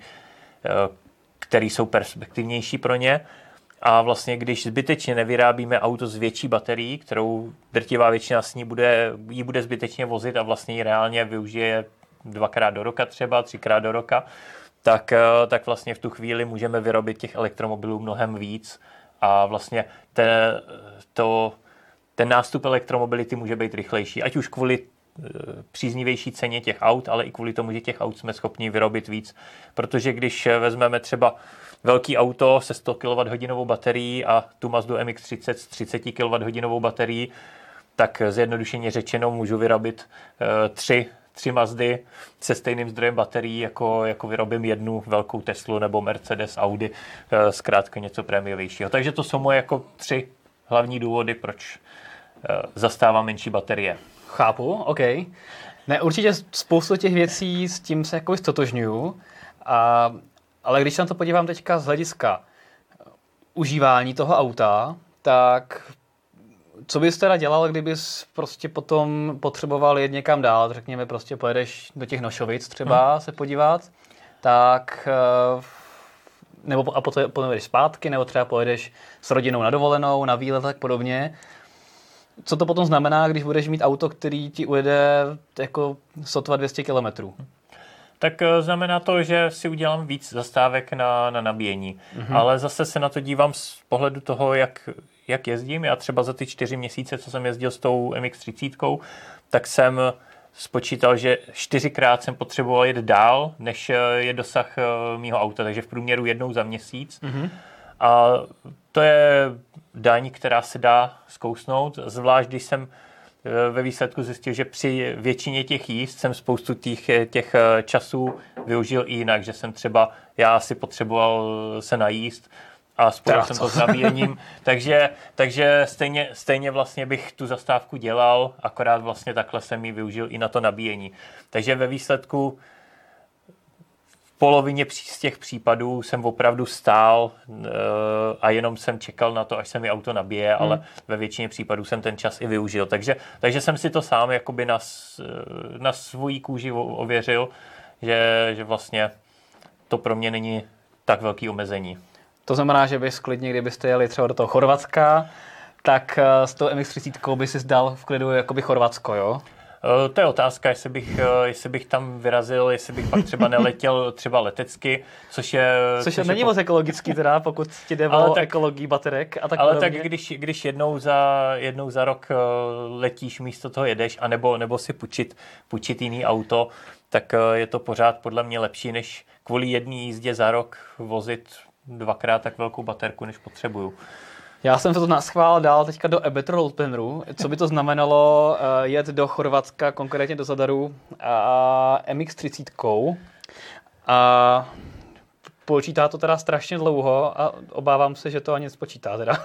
který jsou perspektivnější pro ně. A vlastně, když zbytečně nevyrábíme auto s větší baterií, kterou drtivá většina s ní bude zbytečně vozit a vlastně ji reálně využije 2x do roka třeba, 3x do roka, tak vlastně v tu chvíli můžeme vyrobit těch elektromobilů mnohem víc a vlastně ten nástup elektromobility může být rychlejší, ať už kvůli příznivější ceně těch aut, ale i kvůli tomu, že těch aut jsme schopni vyrobit víc, protože když vezmeme třeba velký auto se 100 kWh baterií a tu Mazdu MX-30 s 30 kWh baterií, tak zjednodušeně řečeno můžu vyrobit 3 Mazdy se stejným zdrojem baterií, jako vyrobím jednu velkou Teslu nebo Mercedes, Audi, zkrátka něco prémiovějšího. Takže to jsou moje jako 3 hlavní důvody, proč zastávám menší baterie. Chápu, OK. Ne, určitě spoustu těch věcí s tím se jako stotožňuju, ale když se na to podívám teďka z hlediska užívání toho auta, tak co bys teda dělal, kdybys prostě potom potřeboval jet někam dál, řekněme prostě pojedeš do těch Nošovic třeba se podívat, tak nebo a potom jdeš zpátky, nebo třeba pojedeš s rodinou na dovolenou, na výlet a tak podobně. Co to potom znamená, když budeš mít auto, který ti ujede jako sotva 200 kilometrů? tak znamená to, že si udělám víc zastávek na nabíjení. Ale zase se na to dívám z pohledu toho, jak jezdím. Já třeba za ty 4 měsíce, co jsem jezdil s tou MX-30, tak jsem spočítal, že 4krát jsem potřeboval jet dál, než je dosah mýho auta, takže v průměru jednou za měsíc. A to je daň, která se dá zkousnout, zvlášť když jsem ve výsledku zjistil, že při většině těch jízd jsem spoustu těch časů využil i jinak, že jsem třeba, já si potřeboval se najíst a spojil jsem to s nabíjením, takže stejně vlastně bych tu zastávku dělal, akorát vlastně takhle jsem ji využil i na to nabíjení. Takže ve výsledku v polovině z těch případů jsem opravdu stál a jenom jsem čekal na to, až se mi auto nabije, ale ve většině případů jsem ten čas i využil. Takže jsem si to sám jakoby na svojí kůži ověřil, že vlastně to pro mě není tak velký omezení. To znamená, že bys klidně, kdybyste jeli třeba do toho Chorvatska, tak s tou MX-30 by si dal v klidu jakoby Chorvatsko, jo? To je otázka, jestli bych tam vyrazil, jestli bych pak třeba neletěl třeba letecky, což není moc ekologický teda, pokud ti jde o ekologii baterek a tak ale podobně. Tak když jednou za rok letíš, místo toho jedeš, nebo si půjčit jiný auto, tak je to pořád podle mě lepší, než kvůli jedné jízdě za rok vozit 2krát tak velkou baterku, než potřebuju. Já jsem se to naschvál dál teďka do e-Better Road Planneru, co by to znamenalo jet do Chorvatska, konkrétně do Zadaru a MX-30. A počítá to teda strašně dlouho a obávám se, že to ani spočítá teda.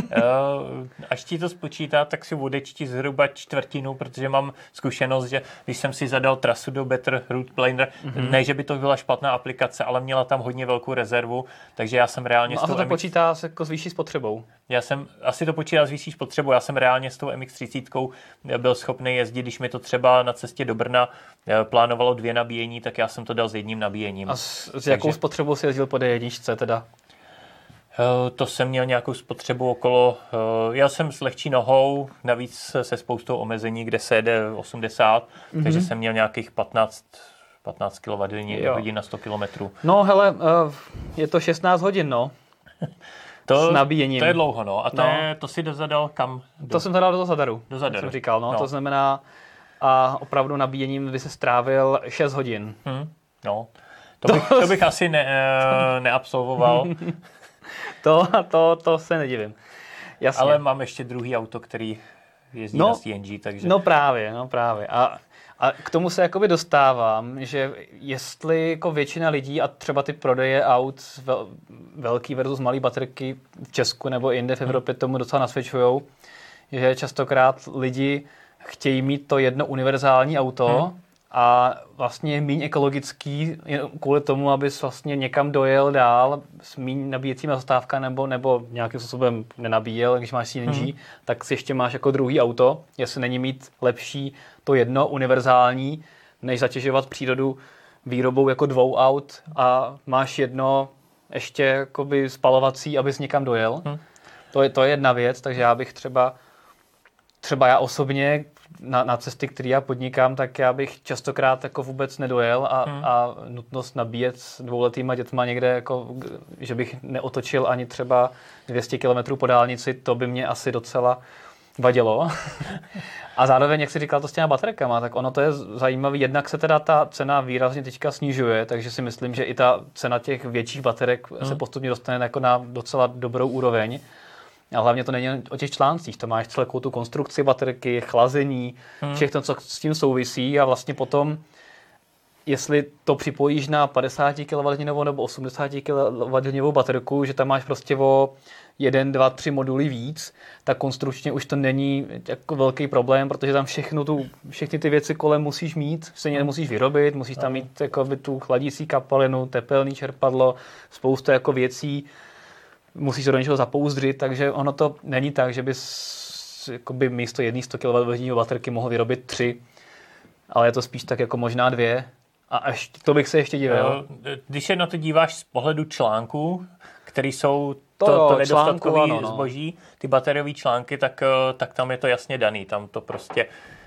Až ti to spočítá, tak si odečti zhruba čtvrtinu, protože mám zkušenost, že když jsem si zadal trasu do Better Route Planner, ne, že by to byla špatná aplikace, ale měla tam hodně velkou rezervu, takže já jsem reálně... No a to tak počítá se jako s vyšší spotřebou. Asi to počítá s vyšší spotřebou, já jsem reálně s tou MX-30 byl schopný jezdit, když mi to třeba na cestě do Brna plánovalo 2 nabíjení, tak já jsem to dal s jedním nabíjením. A s jakou spotřebou si jezdil po D1 teda? To jsem měl nějakou spotřebu okolo... Já jsem s lehčí nohou, navíc se spoustou omezení, kde se jede 80, takže jsem měl nějakých 15 kWh na 100 km. No hele, je to 16 hodin, no. S nabíjením. To je dlouho, no. A to si dozadal kam? To jsem zadal do Zadaru. Do Zadaru. Jsem říkal, no. To znamená, a opravdu nabíjením by se strávil 6 hodin. No. To bych asi neabsolvoval. To se nedivím. Jasně. Ale mám ještě druhý auto, který jezdí na CNG, takže... No právě. A k tomu se jakoby dostávám, že jestli jako většina lidí a třeba ty prodeje aut velký versus malý baterky v Česku nebo jinde v Evropě tomu docela nasvědčujou, že častokrát lidi chtějí mít to jedno univerzální auto a vlastně méně ekologický kvůli tomu, abys vlastně někam dojel dál s méně nabíjecíma zastávka nebo nějakým způsobem nenabíjel, když máš CNG, tak si ještě máš jako druhý auto, jestli není mít lepší to jedno univerzální, než zatěžovat přírodu výrobou jako 2 aut a máš jedno ještě jakoby spalovací, abys někam dojel. To je jedna věc, takže já bych třeba já osobně na cesty, které já podnikám, tak já bych častokrát jako vůbec nedojel a nutnost nabíjet s 2letýma dětma někde, jako, že bych neotočil ani třeba 200 km po dálnici, to by mě asi docela vadilo. A zároveň, jak jsi říkal to s těma baterkama, tak ono to je zajímavé. Jednak se teda ta cena výrazně teďka snižuje, takže si myslím, že i ta cena těch větších baterek se postupně dostane jako na docela dobrou úroveň. A hlavně to není o těch článcích, to máš celou tu konstrukci baterky, chlazení, všechno, co s tím souvisí a vlastně potom, jestli to připojíš na 50 kWh nebo 80 kWh baterku, že tam máš prostě o 1, 2, 3 moduly víc, tak konstrukčně už to není jako velký problém, protože tam všechny ty věci kolem musíš mít, stejně musíš vyrobit, musíš tam mít jako tu chladící kapalinu, tepelný čerpadlo, spousta jako věcí, musíš to do něčeho zapouzdřit, takže ono to není tak, že bys jakoby místo 100 kWh baterky mohl vyrobit 3, ale je to spíš tak jako možná 2 a to bych se ještě divil. Když se na to díváš z pohledu článků, který jsou to nedostatkový zboží, ty bateriové články, tak tam je to jasně daný. Tam to prostě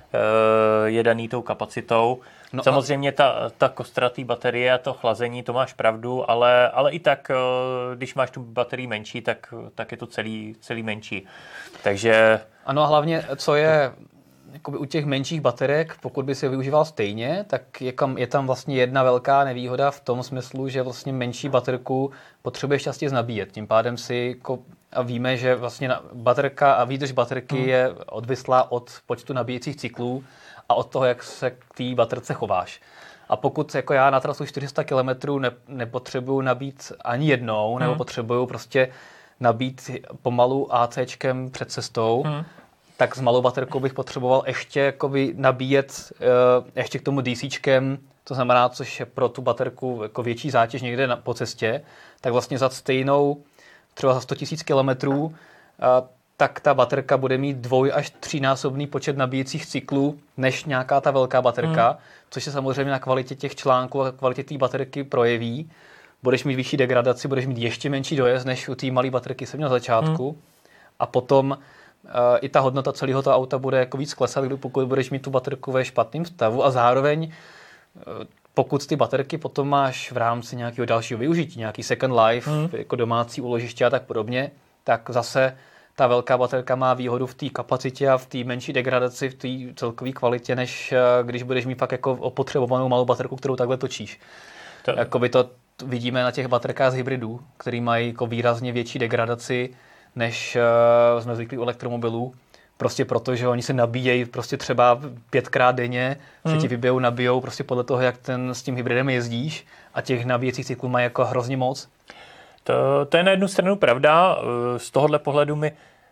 je daný tou kapacitou. No samozřejmě ta kostra té baterie a to chlazení, to máš pravdu, ale i tak, když máš tu baterii menší, tak je to celý menší. Takže... Ano a hlavně, co je jakoby u těch menších baterek, pokud by si je využíval stejně, tak je tam vlastně jedna velká nevýhoda v tom smyslu, že vlastně menší baterku potřebuješ častěji nabíjet. Tím pádem a víme, že vlastně baterka a výdrž baterky je odvislá od počtu nabíjecích cyklů a od toho, jak se k té baterce chováš. A pokud jako já na trasu 400 km nepotřebuju nabít ani jednou, nebo potřebuju prostě nabít pomalu ACčkem před cestou, tak s malou baterkou bych potřeboval ještě jakoby nabíjet ještě k tomu DCčkem, to znamená, což je pro tu baterku jako větší zátěž někde po cestě, tak vlastně za stejnou třeba za 100 000 kilometrů, tak ta baterka bude mít 2- až 3násobný počet nabíjecích cyklů než nějaká ta velká baterka, což se samozřejmě na kvalitě těch článků a kvalitě té baterky projeví. Budeš mít vyšší degradaci, budeš mít ještě menší dojezd, než u té malé baterky jsem měl na začátku. A potom i ta hodnota celého toho auta bude jako víc klesat, pokud budeš mít tu baterku ve špatném stavu a zároveň pokud ty baterky potom máš v rámci nějakého dalšího využití, nějaký second life, jako domácí úložiště a tak podobně, tak zase ta velká baterka má výhodu v té kapacitě a v té menší degradaci, v té celkové kvalitě, než když budeš mít fakt jako opotřebovanou malou baterku, kterou takhle točíš. Jakoby to vidíme na těch baterkách z hybridů, který mají jako výrazně větší degradaci, než jsme zvyklí u elektromobilů. Prostě proto, že oni se nabíjejí prostě třeba 5krát denně, se ti nabijou prostě podle toho, jak s tím hybridem jezdíš a těch nabíjecích cyklů mají jako hrozně moc. To je na jednu stranu pravda. Z tohohle pohledu mi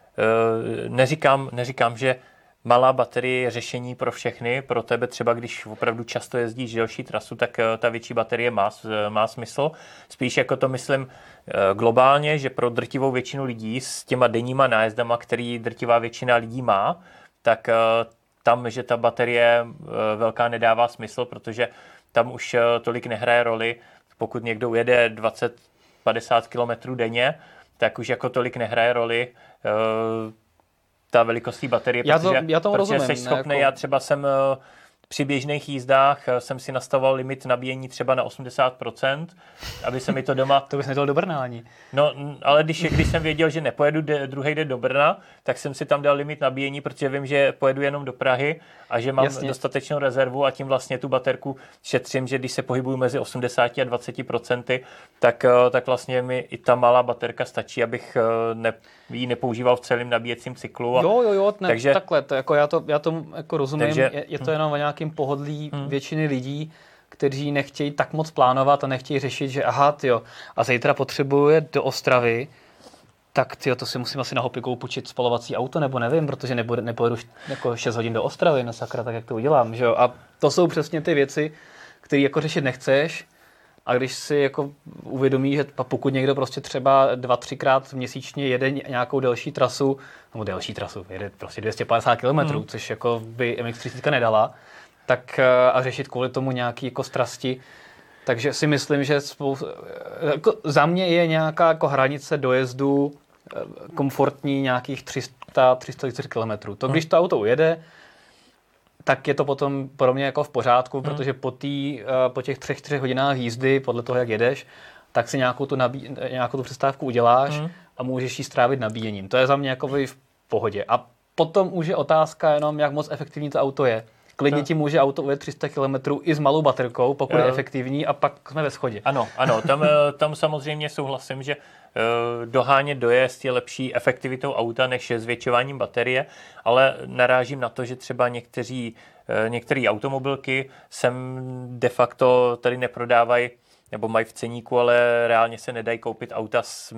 neříkám, že malá baterie je řešení pro všechny. Pro tebe třeba, když opravdu často jezdíš delší trasu, tak ta větší baterie má smysl. Spíš jako to myslím globálně, že pro drtivou většinu lidí s těma denníma nájezdama, který drtivá většina lidí má, tak tam, že ta baterie velká nedává smysl, protože tam už tolik nehraje roli. Pokud někdo ujede 20-50 km denně, tak už jako tolik nehraje roli ta velikost té baterie, protože jsi schopný, já třeba jsem při běžných jízdách jsem si nastavoval limit nabíjení třeba na 80%, aby se mi to doma... To bys nedal do Brna ani. No, ale když jsem věděl, že nepojedu druhý den do Brna, tak jsem si tam dal limit nabíjení, protože vím, že pojedu jenom do Prahy a že mám dostatečnou rezervu a tím vlastně tu baterku šetřím, že když se pohybuju mezi 80 a 20%, tak vlastně mi i ta malá baterka stačí, abych ji nepoužíval v celém nabíjecím cyklu. Jo, takže takhle, já tomu jako rozumím, takže, je to jenom o nějakým pohodlí většiny lidí, kteří nechtějí tak moc plánovat a nechtějí řešit, že a zítra potřebuji jet do Ostravy, tak to si musím asi na Hopikou půjčit spalovací auto, nebo nevím, protože nepojedu jako 6 hodin do Ostravy, no sakra, tak jak to udělám, že jo? A to jsou přesně ty věci, které jako řešit nechceš. A když si jako uvědomí, že pokud někdo prostě třeba 2-3krát měsíčně jede nějakou delší trasu, jede prostě 250 km, což jako by MX-30 nedala, tak a řešit kvůli tomu nějaký jako strasti. Takže si myslím, že jako za mě je nějaká jako hranice dojezdu komfortní nějakých 300-400 km. To, když to auto ujede, tak je to potom pro mě jako v pořádku, protože po těch 3-4 hodinách jízdy, podle toho, jak jedeš, tak si nějakou tu přestávku uděláš a můžeš ji strávit nabíjením. To je za mě jako v pohodě. A potom už je otázka jenom, jak moc efektivní to auto je. Klidně ti může auto ujet 300 km i s malou baterkou, pokud je efektivní, a pak jsme ve shodě. Ano, tam samozřejmě souhlasím, že dohánět dojezd je lepší efektivitou auta než zvětšováním baterie, ale narážím na to, že třeba některé automobilky sem de facto tady neprodávají nebo mají v ceníku, ale reálně se nedají koupit auta s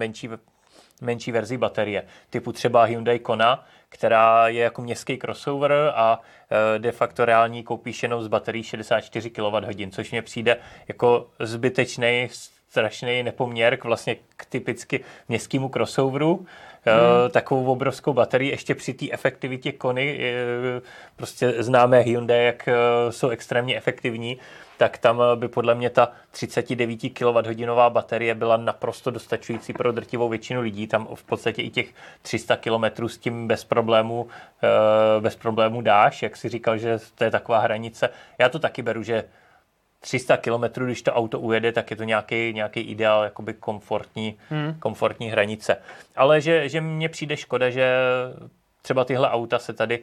menší verzí baterie. Typu třeba Hyundai Kona, která je jako městský crossover a de facto reální koupíš jenom z baterií 64 kWh, což mně přijde jako zbytečný strašný nepoměr k typicky městskému crossoveru. Takovou obrovskou baterii, ještě při té efektivitě Kony, prostě známé Hyundai, jak jsou extrémně efektivní, tak tam by podle mě ta 39 kWh baterie byla naprosto dostačující pro drtivou většinu lidí. Tam v podstatě i těch 300 km s tím bez problémů dáš, jak si říkal, že to je taková hranice. Já to taky beru, že 300 km, když to auto ujede, tak je to nějaký ideál, jakoby komfortní hranice. Ale že mně přijde škoda, že třeba tyhle auta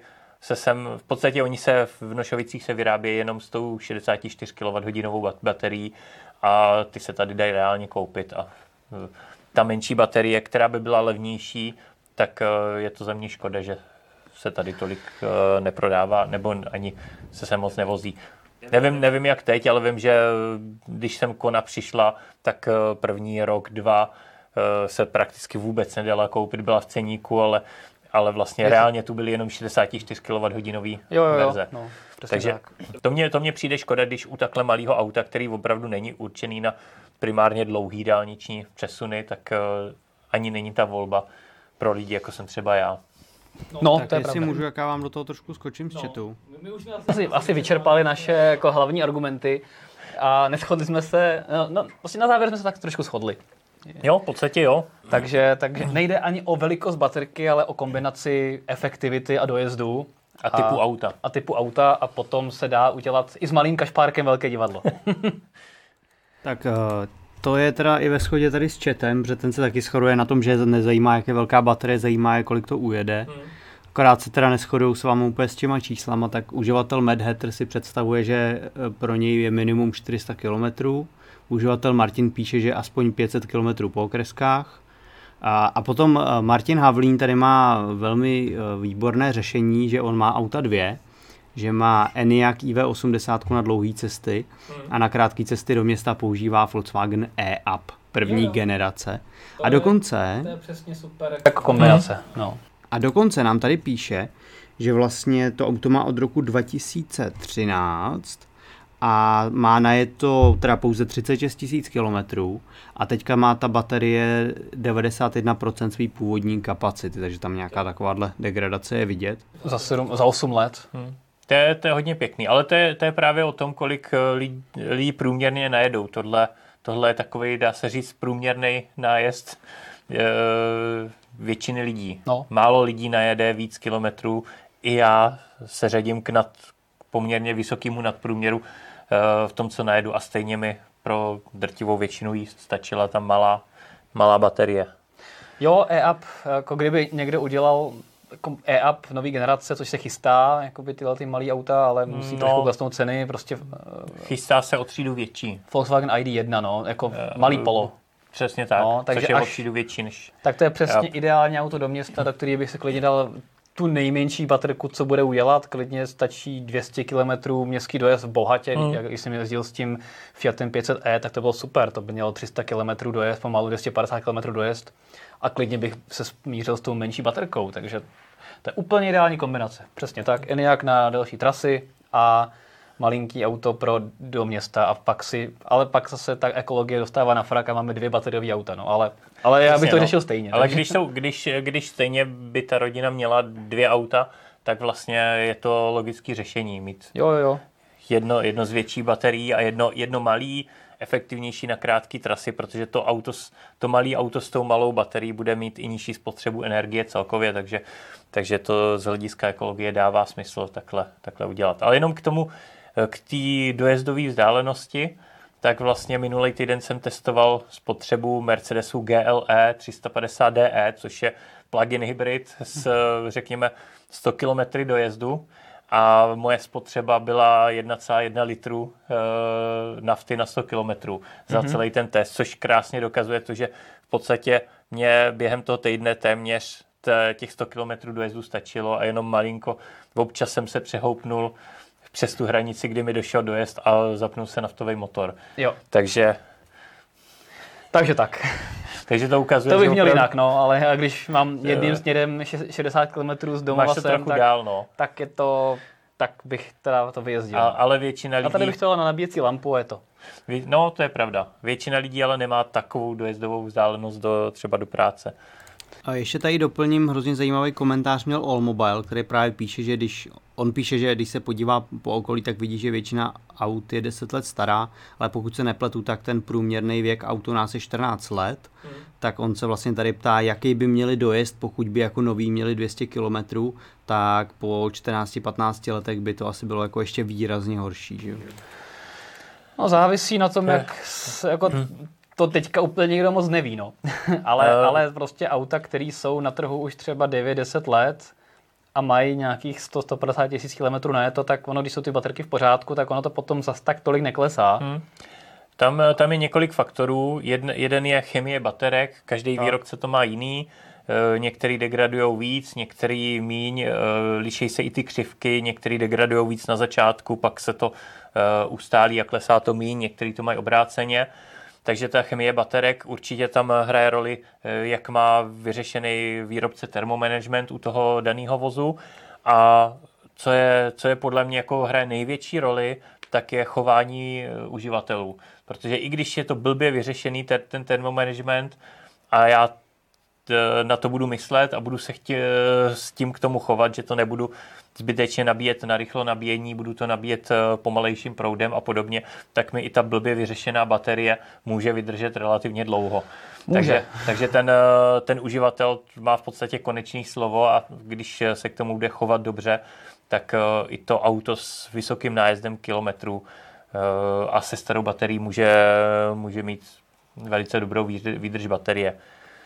v podstatě oni se v Nošovicích se vyrábějí jenom s tou 64 kWh baterií a ty se tady dají reálně koupit. A ta menší baterie, která by byla levnější, tak je to za mě škoda, že se tady tolik neprodává, nebo ani se moc nevozí. Nevím jak teď, ale vím, že když sem Kona přišla, tak první rok, 2 se prakticky vůbec nedala koupit, byla v ceníku, ale vlastně reálně tu byly jenom 64 kWh verze. No, takže tak. To mě přijde škoda, když u takhle malého auta, který opravdu není určený na primárně dlouhý dálniční přesuny, tak ani není ta volba pro lidi, jako jsem třeba já. No, tak to je jestli pravda. můžu, jak já vám do toho trošku skočím z chatu. My už jsme asi vyčerpali naše jako hlavní argumenty a neshodli jsme se, vlastně na závěr jsme se tak trošku shodli. Jo, v podstatě jo. Takže nejde ani o velikost baterky, ale o kombinaci efektivity a dojezdu. A typu auta. A potom se dá udělat i s malým kašpárkem velké divadlo. Tak to je teda i ve shodě tady s chatem, protože ten se taky shoduje na tom, že nezajímá, jak je velká baterie, zajímá je, kolik to ujede. Akorát se teda neshodují s vámi úplně s těma číslama, tak uživatel Mad Hatter si představuje, že pro něj je minimum 400 km. Uživatel Martin píše, že aspoň 500 km po okreskách. A potom Martin Havlín tady má velmi výborné řešení, že on má auta 2, že má Enyaq iV80 na dlouhé cesty a na krátké cesty do města používá Volkswagen E-Up první generace. A dokonce... To je přesně super jako kombinace. No. A dokonce nám tady píše, že vlastně to auto má od roku 2013 a má najeto teda pouze 36 000 kilometrů a teďka má ta baterie 91% svý původní kapacity, takže tam nějaká takováhle degradace je vidět. Za 8 let. To je hodně pěkný, ale to je právě o tom, kolik lidí průměrně najedou. Tohle je takový, dá se říct, průměrný nájezd většiny lidí. No. Málo lidí najede víc kilometrů. I já se řadím k poměrně vysokému nadprůměru v tom, co najedu a stejně mi pro drtivou většinu jí stačila ta malá baterie. Jo, E-Up, jako kdyby někdo udělal jako E-Up nový generace, což se chystá, jakoby tyhle ty malý auta, ale musí trošku klesnout ceny, prostě... Chystá se o třídu větší. Volkswagen ID1, no, jako malý Polo. Přesně tak, no, takže což je o třídu větší než... Tak to je přesně ideální auto do města, do který bych se klidně dal tu nejmenší baterku, co bude udělat, klidně stačí 200 km městský dojezd v Bohatě, když jsem jezdil s tím Fiatem 500e, tak to bylo super, to by mělo 300 km dojezd, pomalu 250 km dojezd a klidně bych se smířil s tou menší baterkou, takže to je úplně ideální kombinace, přesně tak, Enyaq na delší trasy a malinký auto do města a ale pak zase ta ekologie dostává na frak a máme 2 bateriové auta, no, ale já bych to řešil stejně. Ale když stejně by ta rodina měla 2 auta, tak vlastně je to logické řešení mít jedno z větší baterií a jedno malý, efektivnější na krátké trasy, protože to malé auto s tou malou baterií bude mít i nižší spotřebu energie celkově, takže to z hlediska ekologie dává smysl takhle udělat. Ale jenom k té dojezdové vzdálenosti, tak vlastně minulý týden jsem testoval spotřebu Mercedesu GLE 350DE, což je plug-in hybrid s, řekněme, 100 km dojezdu a moje spotřeba byla 1,1 litru nafty na 100 km za celý ten test, což krásně dokazuje to, že v podstatě mě během toho týdne téměř těch 100 km dojezdu stačilo a jenom malinko. Občas jsem se přehoupnul přes tu hranici, kdy mi došel dojezd a zapnul se naftový motor. Jo. Takže tak. Takže to ukazuje, to bych měl jinak, no, ale když mám jedním směrem 60 km z domova sem, dál, no. Tak je to tak bych teda to vyjezdil. Ale většina lidí... A tady bych chtěla na nabíjecí lampu a je to. No, to je pravda. Většina lidí ale nemá takovou dojezdovou vzdálenost třeba do práce. A ještě tady doplním, hrozně zajímavý komentář měl Allmobile, který právě píše, že když se podívá po okolí, tak vidí, že většina aut je 10 let stará, ale pokud se nepletu, tak ten průměrný věk auto nás je 14 let, tak on se vlastně tady ptá, jaký by měli dojezd, pokud by jako nový měli 200 km, tak po 14-15 letech by to asi bylo jako ještě výrazně horší. Že? No závisí na tom, jak jako to teďka úplně nikdo moc neví, no. ale prostě auta, které jsou na trhu už třeba 9-10 let a mají nějakých 100-150 tisíc kilometrů na to, tak ono, když jsou ty baterky v pořádku, tak ono to potom zas tak tolik neklesá. Tam je několik faktorů. Jeden je chemie baterek, každý výrobce to má jiný. Některý degradujou víc, některý míň, liší se i ty křivky, některý degradujou víc na začátku, pak se to ustálí a klesá to míň, některý to mají obráceně. Takže ta chemie baterek určitě tam hraje roli, jak má vyřešený výrobce termomanagement u toho daného vozu. A co je podle mě jako hraje největší roli, tak je chování uživatelů. Protože i když je to blbě vyřešený ten termomanagement a já na to budu myslet a budu se s tím k tomu chovat, že to nebudu zbytečně nabíjet na rychlo nabíjení, budu to nabíjet pomalejším proudem a podobně, tak mi i ta blbě vyřešená baterie může vydržet relativně dlouho. Takže ten uživatel má v podstatě konečné slovo a když se k tomu bude chovat dobře, tak i to auto s vysokým nájezdem kilometrů a se starou baterií může mít velice dobrou výdrž baterie.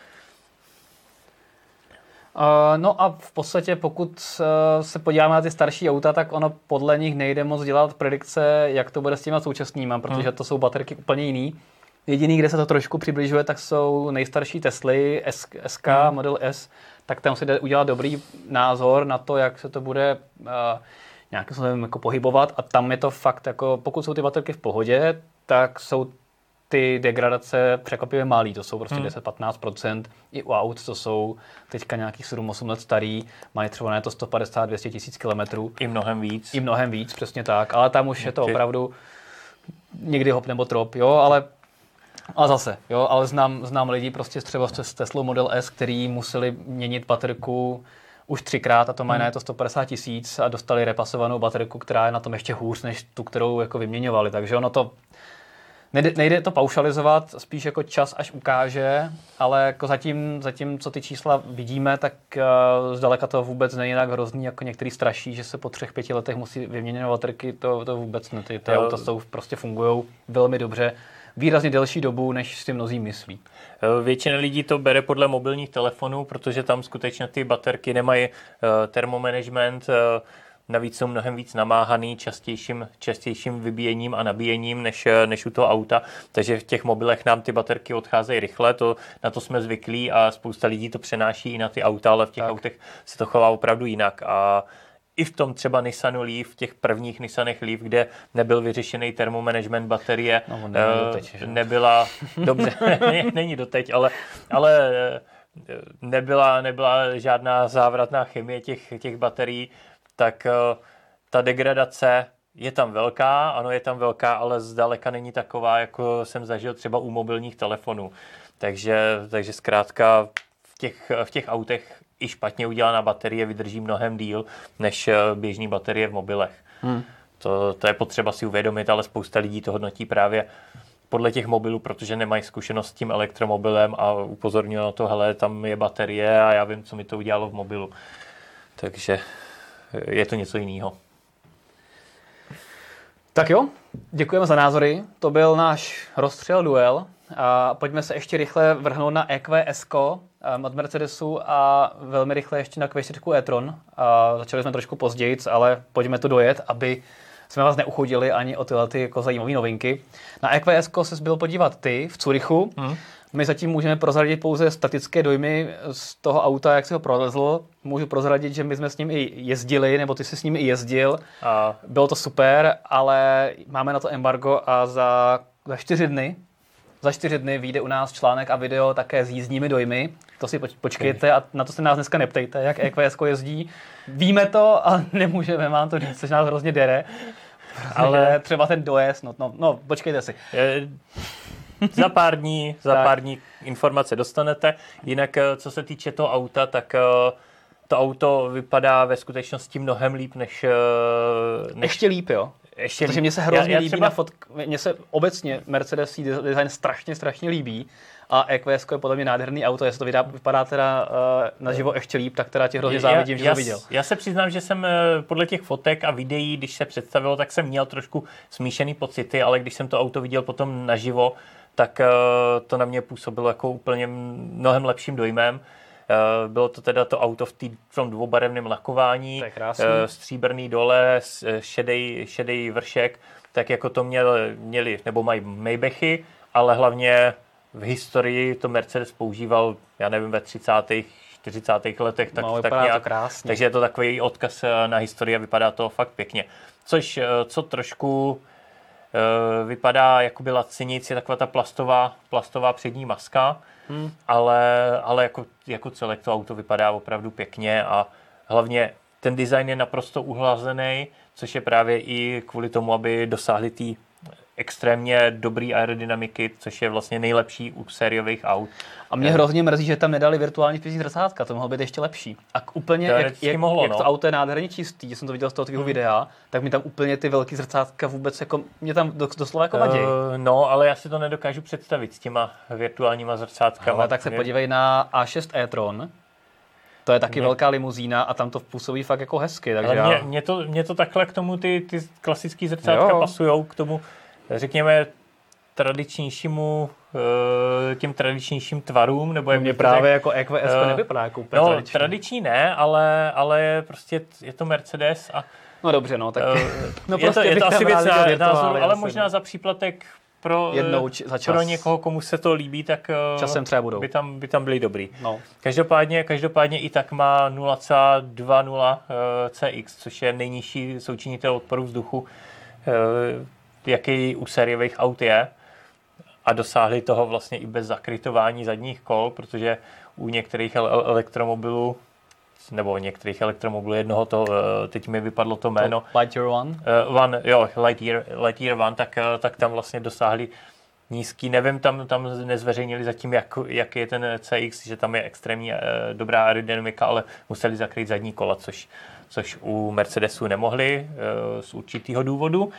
No a v podstatě, pokud se podíváme na ty starší auta, tak ono podle nich nejde moc dělat predikce, jak to bude s těma současnýma, protože to jsou baterky úplně jiný. Jediný, kde se to trošku přibližuje, tak jsou nejstarší Tesly, SK, Model S, tak tam si jde udělat dobrý názor na to, jak se to bude nějakým způsobem jako pohybovat a tam je to fakt, jako pokud jsou ty baterky v pohodě, tak jsou ty degradace překvapivě malý, to jsou prostě 10-15%. I u aut, to jsou teďka nějakých 7-8 let starý, mají třeba na to 150-200 tisíc kilometrů. I mnohem víc, přesně tak, ale tam už je to opravdu někdy hop nebo trop, jo, ale zase, jo, ale znám lidi prostě třeba s Teslou Model S, který museli měnit baterku už 3krát a to mají na to 150 tisíc a dostali repasovanou baterku, která je na tom ještě hůř, než tu, kterou jako vyměňovali, takže ono to nejde to paušalizovat, spíš jako čas až ukáže, ale jako zatím co ty čísla vidíme, tak zdaleka to vůbec není tak hrozný, jako některý straší, že se po 3-5 letech musí vyměnit baterky, to vůbec ne. Ty auta prostě fungujou velmi dobře, výrazně delší dobu, než si mnozí myslí. Většina lidí to bere podle mobilních telefonů, protože tam skutečně ty baterky nemají termomanagement, navíc jsou mnohem víc namáhaný častějším vybíjením a nabíjením než u toho auta. Takže v těch mobilech nám ty baterky odcházejí rychle, na to jsme zvyklí a spousta lidí to přenáší i na ty auta, ale v těch autech se to chová opravdu jinak. A i v tom třeba Nissanu Leaf, v těch prvních Nissanech Leaf, kde nebyl vyřešený termomanagement baterie, nebyla, dobře, není doteď, ale nebyla žádná závratná chemie těch baterií, tak ta degradace je tam velká, ale zdaleka není taková, jako jsem zažil třeba u mobilních telefonů. Takže zkrátka v těch autech i špatně udělaná baterie vydrží mnohem díl než běžný baterie v mobilech. To je potřeba si uvědomit, ale spousta lidí to hodnotí právě podle těch mobilů, protože nemají zkušenost s tím elektromobilem a upozorňují na to, hele, tam je baterie a já vím, co mi to udělalo v mobilu. Takže je to něco jiného. Tak jo, děkujeme za názory. To byl náš rozstřel duel. A pojďme se ještě rychle vrhnout na EQS od Mercedesu a velmi rychle ještě na Q4 e-tron. Začali jsme trošku později, ale pojďme to dojet, aby jsme vás neuchodili ani o tyhle jako zajímavé novinky. Na EQS se byl podívat ty v Curychu. My zatím můžeme prozradit pouze statické dojmy z toho auta, jak si ho prolezl. Můžu prozradit, že my jsme s ním i jezdili, nebo ty jsi s ním i jezdil. Bylo to super, ale máme na to embargo a za 4 dny za 4 dny vyjde u nás článek a video také s jízdními dojmy. To si počkejte a na to se nás dneska neptejte, jak EQS jezdí. Víme to, ale nemůžeme vám to říct, což nás hrozně dere. Ale třeba ten dojezd, no, počkejte si. Za pár dní informace dostanete. Jinak, co se týče toho auta, tak to auto vypadá ve skutečnosti mnohem líp, než... Ještě líp, jo? Protože mně se hrozně líbí na mně se obecně Mercedes design strašně líbí a EQS je podle mě nádherný auto, jestli to vypadá teda naživo ještě líp, tak teda tě hrozně závidím, že to viděl. Já se přiznám, že jsem podle těch fotek a videí, když se představilo, tak jsem měl trošku smíšený pocity, ale když jsem to auto viděl potom naživo, tak to na mě působilo jako úplně mnohem lepším dojmem. Bylo to teda to auto v tom dvoubarevném lakování, stříbrný dole, šedej vršek, tak jako to měli, nebo mají Maybachy, ale hlavně v historii to Mercedes používal, já nevím, ve 30. 40. letech, tak nějak. Takže je to takový odkaz na historii a vypadá to fakt pěkně. Co trošku vypadá jakoby lacinějc, je taková ta plastová přední maska, ale jako celek to auto vypadá opravdu pěkně a hlavně ten design je naprosto uhlazený, což je právě i kvůli tomu, aby dosáhli té extrémně dobrý aerodynamiky, což je vlastně nejlepší u sériových aut. A mě hrozně mrzí, že tam nedali virtuální zpětní zrcátka, to mohlo být ještě lepší. A úplně, jak to auto je nádherně čistý, že jsem to viděl z toho tvýho videa, tak mi tam úplně ty velký zrcátka vůbec jako, mě tam doslova jako vadí. No, ale já si to nedokážu představit s těma virtuálníma zrcátkama. Ale tak se podívej na A6 e-tron. To je taky velká limuzína a tam to působí fakt jako hezky. Takže ale mě to takhle k tomu ty klasický zrcátka pasujou, k tomu, řekněme, těm tradičnějším tvarům, nebo jak mě právě jako EQS nevypadá jako úplně tradiční. Tradiční ne, ale prostě je to Mercedes a no dobře, no tak je to asi věc názoru, ale možná za příplatek pro někoho, komu se to líbí, tak časem třeba budou. By tam byli dobrý. No. Každopádně i tak má 0,20 CX, což je nejnižší součinitel odporu vzduchu, jaký u sériových aut je. A dosáhli toho vlastně i bez zakrytování zadních kol, protože u některých elektromobilů, jednoho to, teď mi vypadlo to jméno. Lightyear One? Lightyear One, tak tam vlastně dosáhli nízký, nevím, tam nezveřejnili zatím, jak je ten CX, že tam je extrémně dobrá aerodynamika, ale museli zakrýt zadní kola, což u Mercedesu nemohli z určitého důvodu.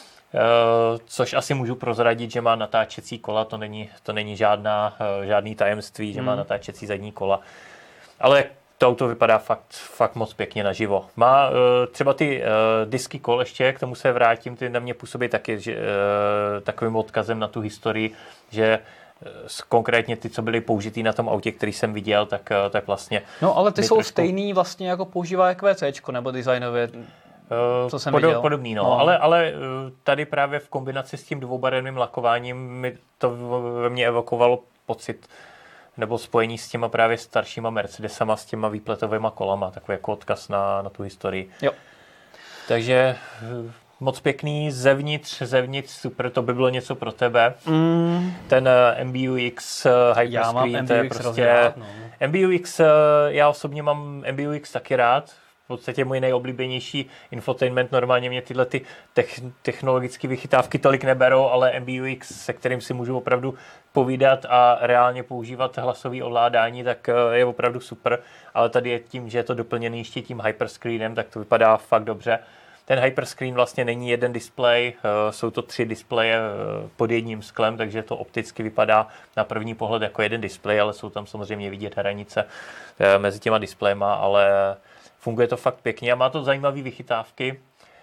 Což asi můžu prozradit, že má natáčecí kola, to není žádný tajemství, že má natáčecí zadní kola. Ale to auto vypadá fakt moc pěkně naživo. Má třeba ty disky kol ještě, k tomu se vrátím, ty na mě působí taky takovým odkazem na tu historii, že konkrétně ty, co byly použitý na tom autě, který jsem viděl, tak vlastně... No ale ty jsou stejný vlastně jako používá EQCčko nebo designově. Co jsem viděl. Podobný, no. Ale tady právě v kombinaci s tím dvoubarevným lakováním mi to ve mně evokovalo pocit nebo spojení s těma právě staršíma Mercedesama, s těma výpletovýma kolama, takový jako odkaz na tu historii. Jo. Takže moc pěkný, zevnitř super, to by bylo něco pro tebe. Ten MBUX Hyperscreen, to je prostě... Rád, no. MBUX, já osobně mám MBUX taky rád, v podstatě můj nejoblíbenější infotainment. Normálně mě tyhle ty technologické vychytávky tolik neberou, ale MBUX, se kterým si můžu opravdu povídat a reálně používat hlasové ovládání, tak je opravdu super. Ale tady je tím, že je to doplněný ještě tím hyperscreenem, tak to vypadá fakt dobře. Ten hyperscreen vlastně není jeden displej, jsou to 3 displeje pod jedním sklem, takže to opticky vypadá na první pohled jako jeden displej, ale jsou tam samozřejmě vidět hranice mezi těma displejema, ale funguje to fakt pěkně a má to zajímavé vychytávky,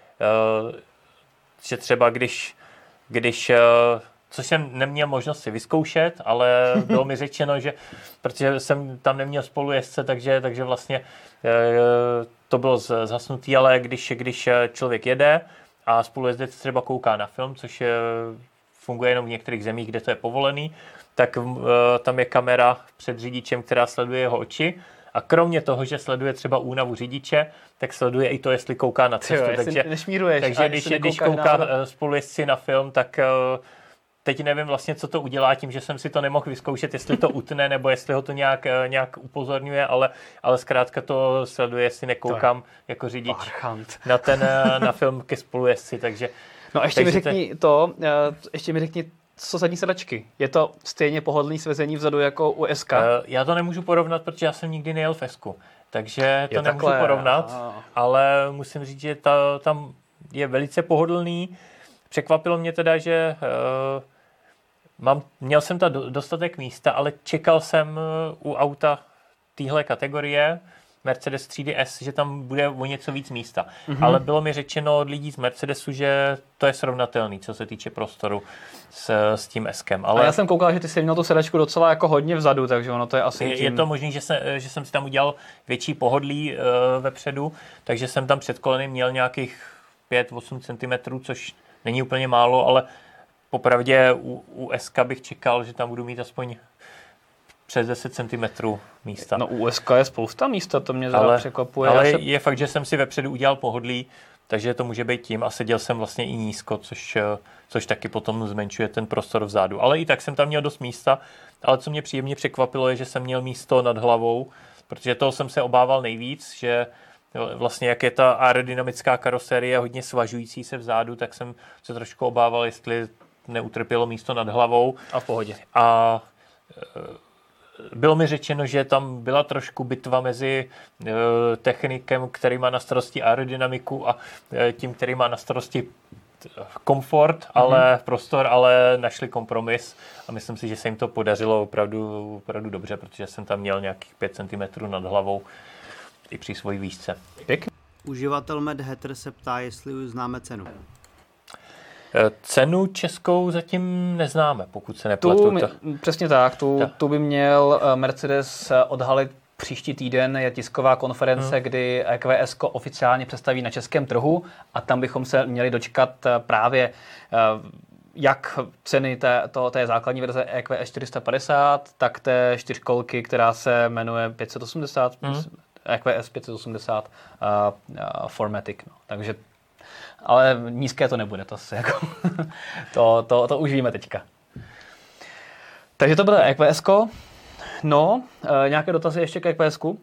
že třeba když což jsem neměl možnost si vyzkoušet, ale bylo mi řečeno, že protože jsem tam neměl spolujezdce, takže vlastně to bylo zhasnutý, ale když člověk jede a spolujezdec třeba kouká na film, což funguje jenom v některých zemích, kde to je povolený, tak tam je kamera před řidičem, která sleduje jeho oči. A kromě toho, že sleduje třeba únavu řidiče, tak sleduje i to, jestli kouká na cestu. Takže když kouká spolujezdci na film, tak teď nevím vlastně, co to udělá tím, že jsem si to nemohl vyzkoušet, jestli to utne, nebo jestli ho to nějak upozorňuje, ale zkrátka to sleduje, jestli nekoukám jako řidič na film ke spolujezdci, takže... No ještě mi řekni co zadní sedačky. Je to stejně pohodlný svezení vzadu jako u SK? Já to nemůžu porovnat, protože já jsem nikdy nejel v Esku, takže to nemůžu porovnat, ale musím říct, že tam je velice pohodlný. Překvapilo mě teda, že měl jsem tam dostatek místa, ale čekal jsem u auta téhle kategorie Mercedes 3DS, že tam bude o něco víc místa. Ale bylo mi řečeno od lidí z Mercedesu, že to je srovnatelný, co se týče prostoru s tím S-kem. Ale já jsem koukal, že ty jsi měl tu sedačku docela jako hodně vzadu, takže ono to je asi... Je to možný, že jsem si tam udělal větší pohodlí vepředu, takže jsem tam před kolenem měl nějakých 5-8 cm, což není úplně málo, ale popravdě u SK bych čekal, že tam budu mít aspoň přes 10 cm místa. No u SK je spousta místa, to mě překvapuje. Ale je fakt, že jsem si vepředu udělal pohodlí, takže to může být tím a seděl jsem vlastně i nízko, což taky potom zmenšuje ten prostor vzadu. Ale i tak jsem tam měl dost místa, ale co mě příjemně překvapilo je, že jsem měl místo nad hlavou, protože toho jsem se obával nejvíc, že vlastně jak je ta aerodynamická karoserie hodně svažující se vzadu, tak jsem se trošku obával, jestli neutrpělo místo nad hlavou. A v pohodě. A bylo mi řečeno, že tam byla trošku bitva mezi technikem, který má na starosti aerodynamiku a tím, který má na starosti komfort, ale prostor, ale našli kompromis a myslím si, že se jim to podařilo opravdu dobře, protože jsem tam měl nějakých 5 cm nad hlavou i při svojí výšce. Pěkně. Uživatel Mad Hatter se ptá, jestli už známe cenu. Cenu českou zatím neznáme, pokud se nepletu. Přesně tak, tu by měl Mercedes odhalit příští týden, je tisková konference, kdy EQS oficiálně představí na českém trhu a tam bychom se měli dočkat právě jak ceny té základní verze EQS 450, tak té čtyřkolky, která se jmenuje 580, EQS 580 Formatic. No. Takže ale nízké to nebude, to se jako to už víme teďka. Takže to bylo EQS-ko. No, nějaké dotazy ještě k EQS-ku?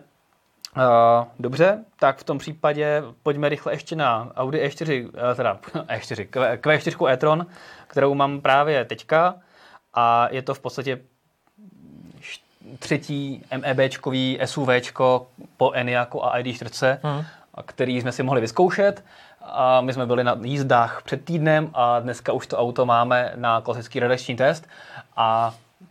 Dobře, tak v tom případě pojďme rychle ještě na Audi E4, Q4 e-tron, kterou mám právě teďka a je to v podstatě třetí MEBčkový SUVčko po Enyaqu a ID4, který jsme si mohli vyzkoušet. A my jsme byli na jízdách před týdnem a dneska už to auto máme na klasický redakční test. A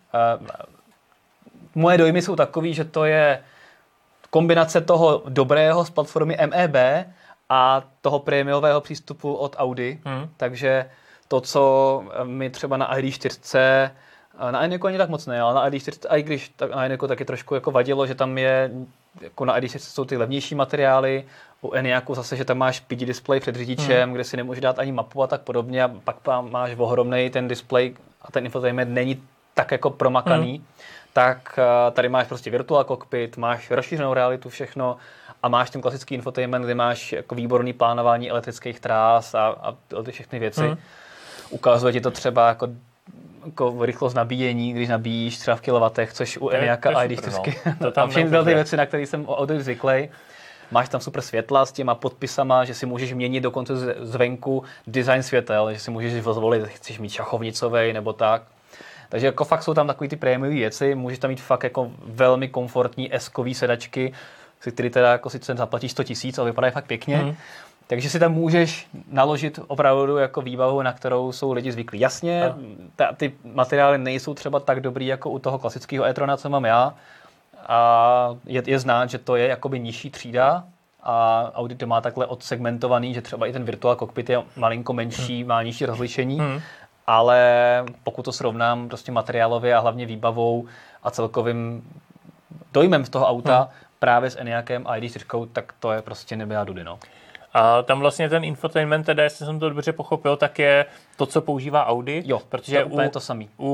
moje dojmy jsou takový, že to je kombinace toho dobrého z platformy MEB a toho prémiového přístupu od Audi. Takže to, co mi třeba na ID4, na Enyaqu ani tak moc ne, ale na ID4, a i když tak na Enyaqu taky trošku jako vadilo, že tam je, jako na ID4 jsou ty levnější materiály, u Enyaqu zase, že tam máš PD display před řidičem, kde si nemůžeš dát ani mapu a tak podobně a pak máš ohromnej ten display a ten infotainment není tak jako promakaný, tak tady máš prostě virtual cockpit, máš rozšířenou realitu, všechno a máš ten klasický infotainment, kde máš jako výborný plánování elektrických trás a ty všechny věci. Ukazuje ti to třeba jako rychlost nabíjení, když nabíjíš třeba v kilowatech, což u Enyaqu a ID4. A všechny ty věci, na které jsem od zvyklý. Máš tam super světla s těma podpisama, že si můžeš měnit dokonce zvenku design světel, že si můžeš zvolit, chceš mít šachovnicovej nebo tak. Takže jako fakt jsou tam takový ty prémiové věci, můžeš tam mít fakt jako velmi komfortní S-kový sedačky, si který teda jako sice zaplatíš 100 000, ale vypadají fakt pěkně. Takže si tam můžeš naložit opravdu jako výbavu, na kterou jsou lidi zvyklí. Jasně, ty materiály nejsou třeba tak dobrý jako u toho klasického e-trona, co mám já. A je znát, že to je jakoby nižší třída a Audi to má takhle odsegmentovaný, že třeba i ten virtual cockpit je malinko menší, má nižší rozlišení, ale pokud to srovnám prostě materiálově a hlavně výbavou a celkovým dojmem z toho auta právě s Enyaqem a ID4, tak to je prostě nebe a dudy, no. A tam vlastně ten infotainment, teda, jestli jsem to dobře pochopil, tak je to, co používá Audi. Jo, protože to je to samý. U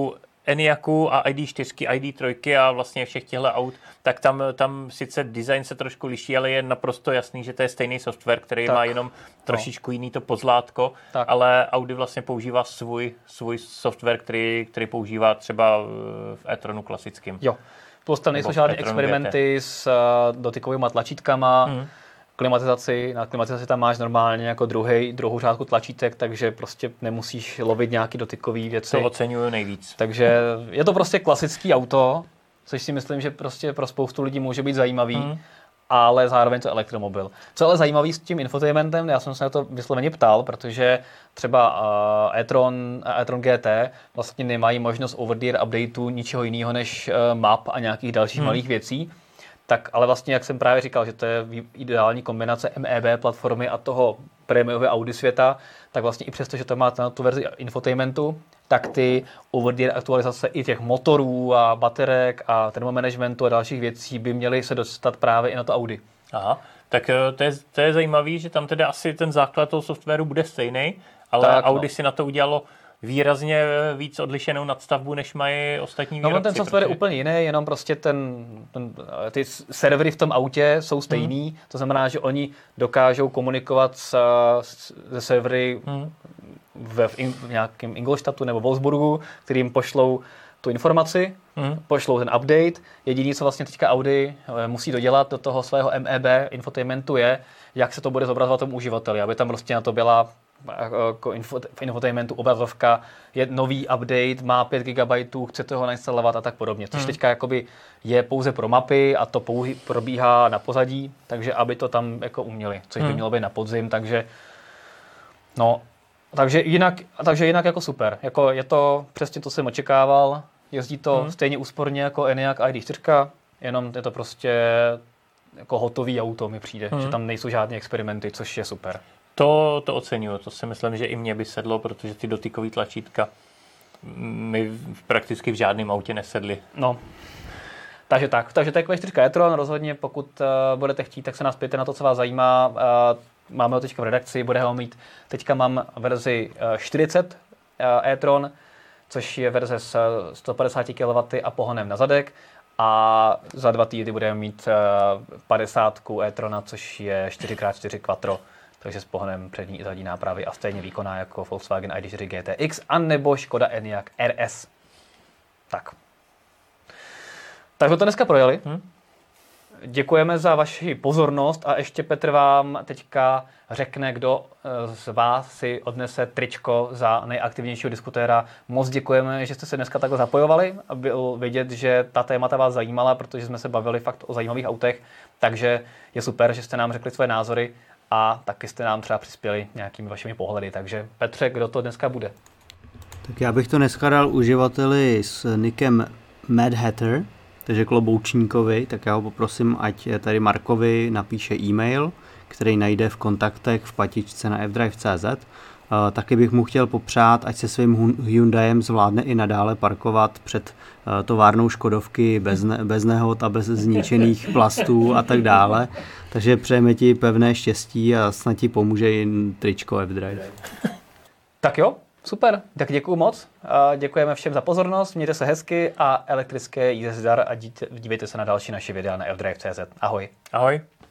Enyaqu a ID4, ID3 a vlastně všech těchto aut, tak tam sice design se trošku liší, ale je naprosto jasný, že to je stejný software, který má jenom trošičku jiný to pozlátko, ale Audi vlastně používá svůj software, který používá třeba v e-tronu klasickým. Jo. Plus tam nejsou žádné experimenty s dotykovými tlačítkama, klimatizaci. Na klimatizaci tam máš normálně jako druhou řádku tlačítek, takže prostě nemusíš lovit nějaký dotykový věci. To oceňuju nejvíc. Takže je to prostě klasický auto, což si myslím, že prostě pro spoustu lidí může být zajímavý, ale zároveň to elektromobil. Co ale zajímavý s tím infotainmentem, já jsem se na to vysloveně ptal, protože třeba e-tron GT vlastně nemají možnost over-the-air updateu ničeho jiného než map a nějakých dalších malých věcí. Tak ale vlastně, jak jsem právě říkal, že to je ideální kombinace MEB platformy a toho prémiového Audi světa, tak vlastně i přesto, že to má na tu verzi infotainmentu, tak ty over-the-air aktualizace i těch motorů a baterek a termomanagementu a dalších věcí by měly se dostat právě i na to Audi. Aha, tak to je zajímavý, že tam teda asi ten základ toho softwaru bude stejný, ale tak, Audi si na to udělalo výrazně víc odlišenou nadstavbu, než mají ostatní výrobci. No ten software je úplně jiný, jenom prostě ty servery v tom autě jsou stejný, to znamená, že oni dokážou komunikovat se servery v nějakém Ingolstadtu nebo Wolfsburgu, kterým pošlou tu informaci, pošlou ten update. Jediné, co vlastně teďka Audi musí dodělat do toho svého MEB infotainmentu je, jak se to bude zobrazovat tomu uživateli, aby tam prostě na to byla jako v infotainmentu obrazovka, je nový update, má 5 GB, chcete ho nainstalovat a tak podobně. Což teďka jakoby je pouze pro mapy a to probíhá na pozadí, takže aby to tam jako uměli, což by mělo být na podzim, takže jinak jako super. Jako je to přesně to jsem očekával, jezdí to stejně úsporně jako Enyaq ID4, jenom je to prostě jako hotový auto mi přijde, že tam nejsou žádné experimenty, což je super. To oceňuju, to si myslím, že i mně by sedlo, protože ty dotykový tlačítka mi prakticky v žádném autě nesedly. No, takže to je Q4 e-tron, rozhodně pokud budete chtít, tak se nás ptejte na to, co vás zajímá. Máme ho teďka v redakci, bude ho mít, teďka mám verzi 40 e-tron, což je verze s 150 kW a pohonem na zadek. A za 2 týdny budeme mít 50 e-trona, což je 4x4 quattro. Takže s pohonem přední i zadní nápravy a stejně výkonná jako Volkswagen ID4 GTX a nebo Škoda Enyaq RS. Tak jsme to dneska projeli. Děkujeme za vaši pozornost a ještě Petr vám teďka řekne, kdo z vás si odnese tričko za nejaktivnějšího diskutéra. Moc děkujeme, že jste se dneska takhle zapojovali a bylo vidět, že ta témata vás zajímala, protože jsme se bavili fakt o zajímavých autech, takže je super, že jste nám řekli své názory a taky jste nám třeba přispěli nějakými vašimi pohledy. Takže Petře, kdo to dneska bude? Tak já bych to dneska dal uživateli s nickem Mad Hatter, takže kloboučníkovi, tak já ho poprosím, ať tady Markovi napíše e-mail, který najde v kontaktech v patičce na fdrive.cz. Taky bych mu chtěl popřát, ať se svým Hyundaiem zvládne i nadále parkovat před továrnou Škodovky bez nehod a bez zničených plastů a tak dále. Takže přejeme ti pevné štěstí a snad ti pomůže i tričko F-Drive. Tak jo, super, tak děkuju moc. Děkujeme všem za pozornost, mějte se hezky a elektrické jízdy zdar a dívejte se na další naše videa na fdrive.cz. Ahoj. Ahoj.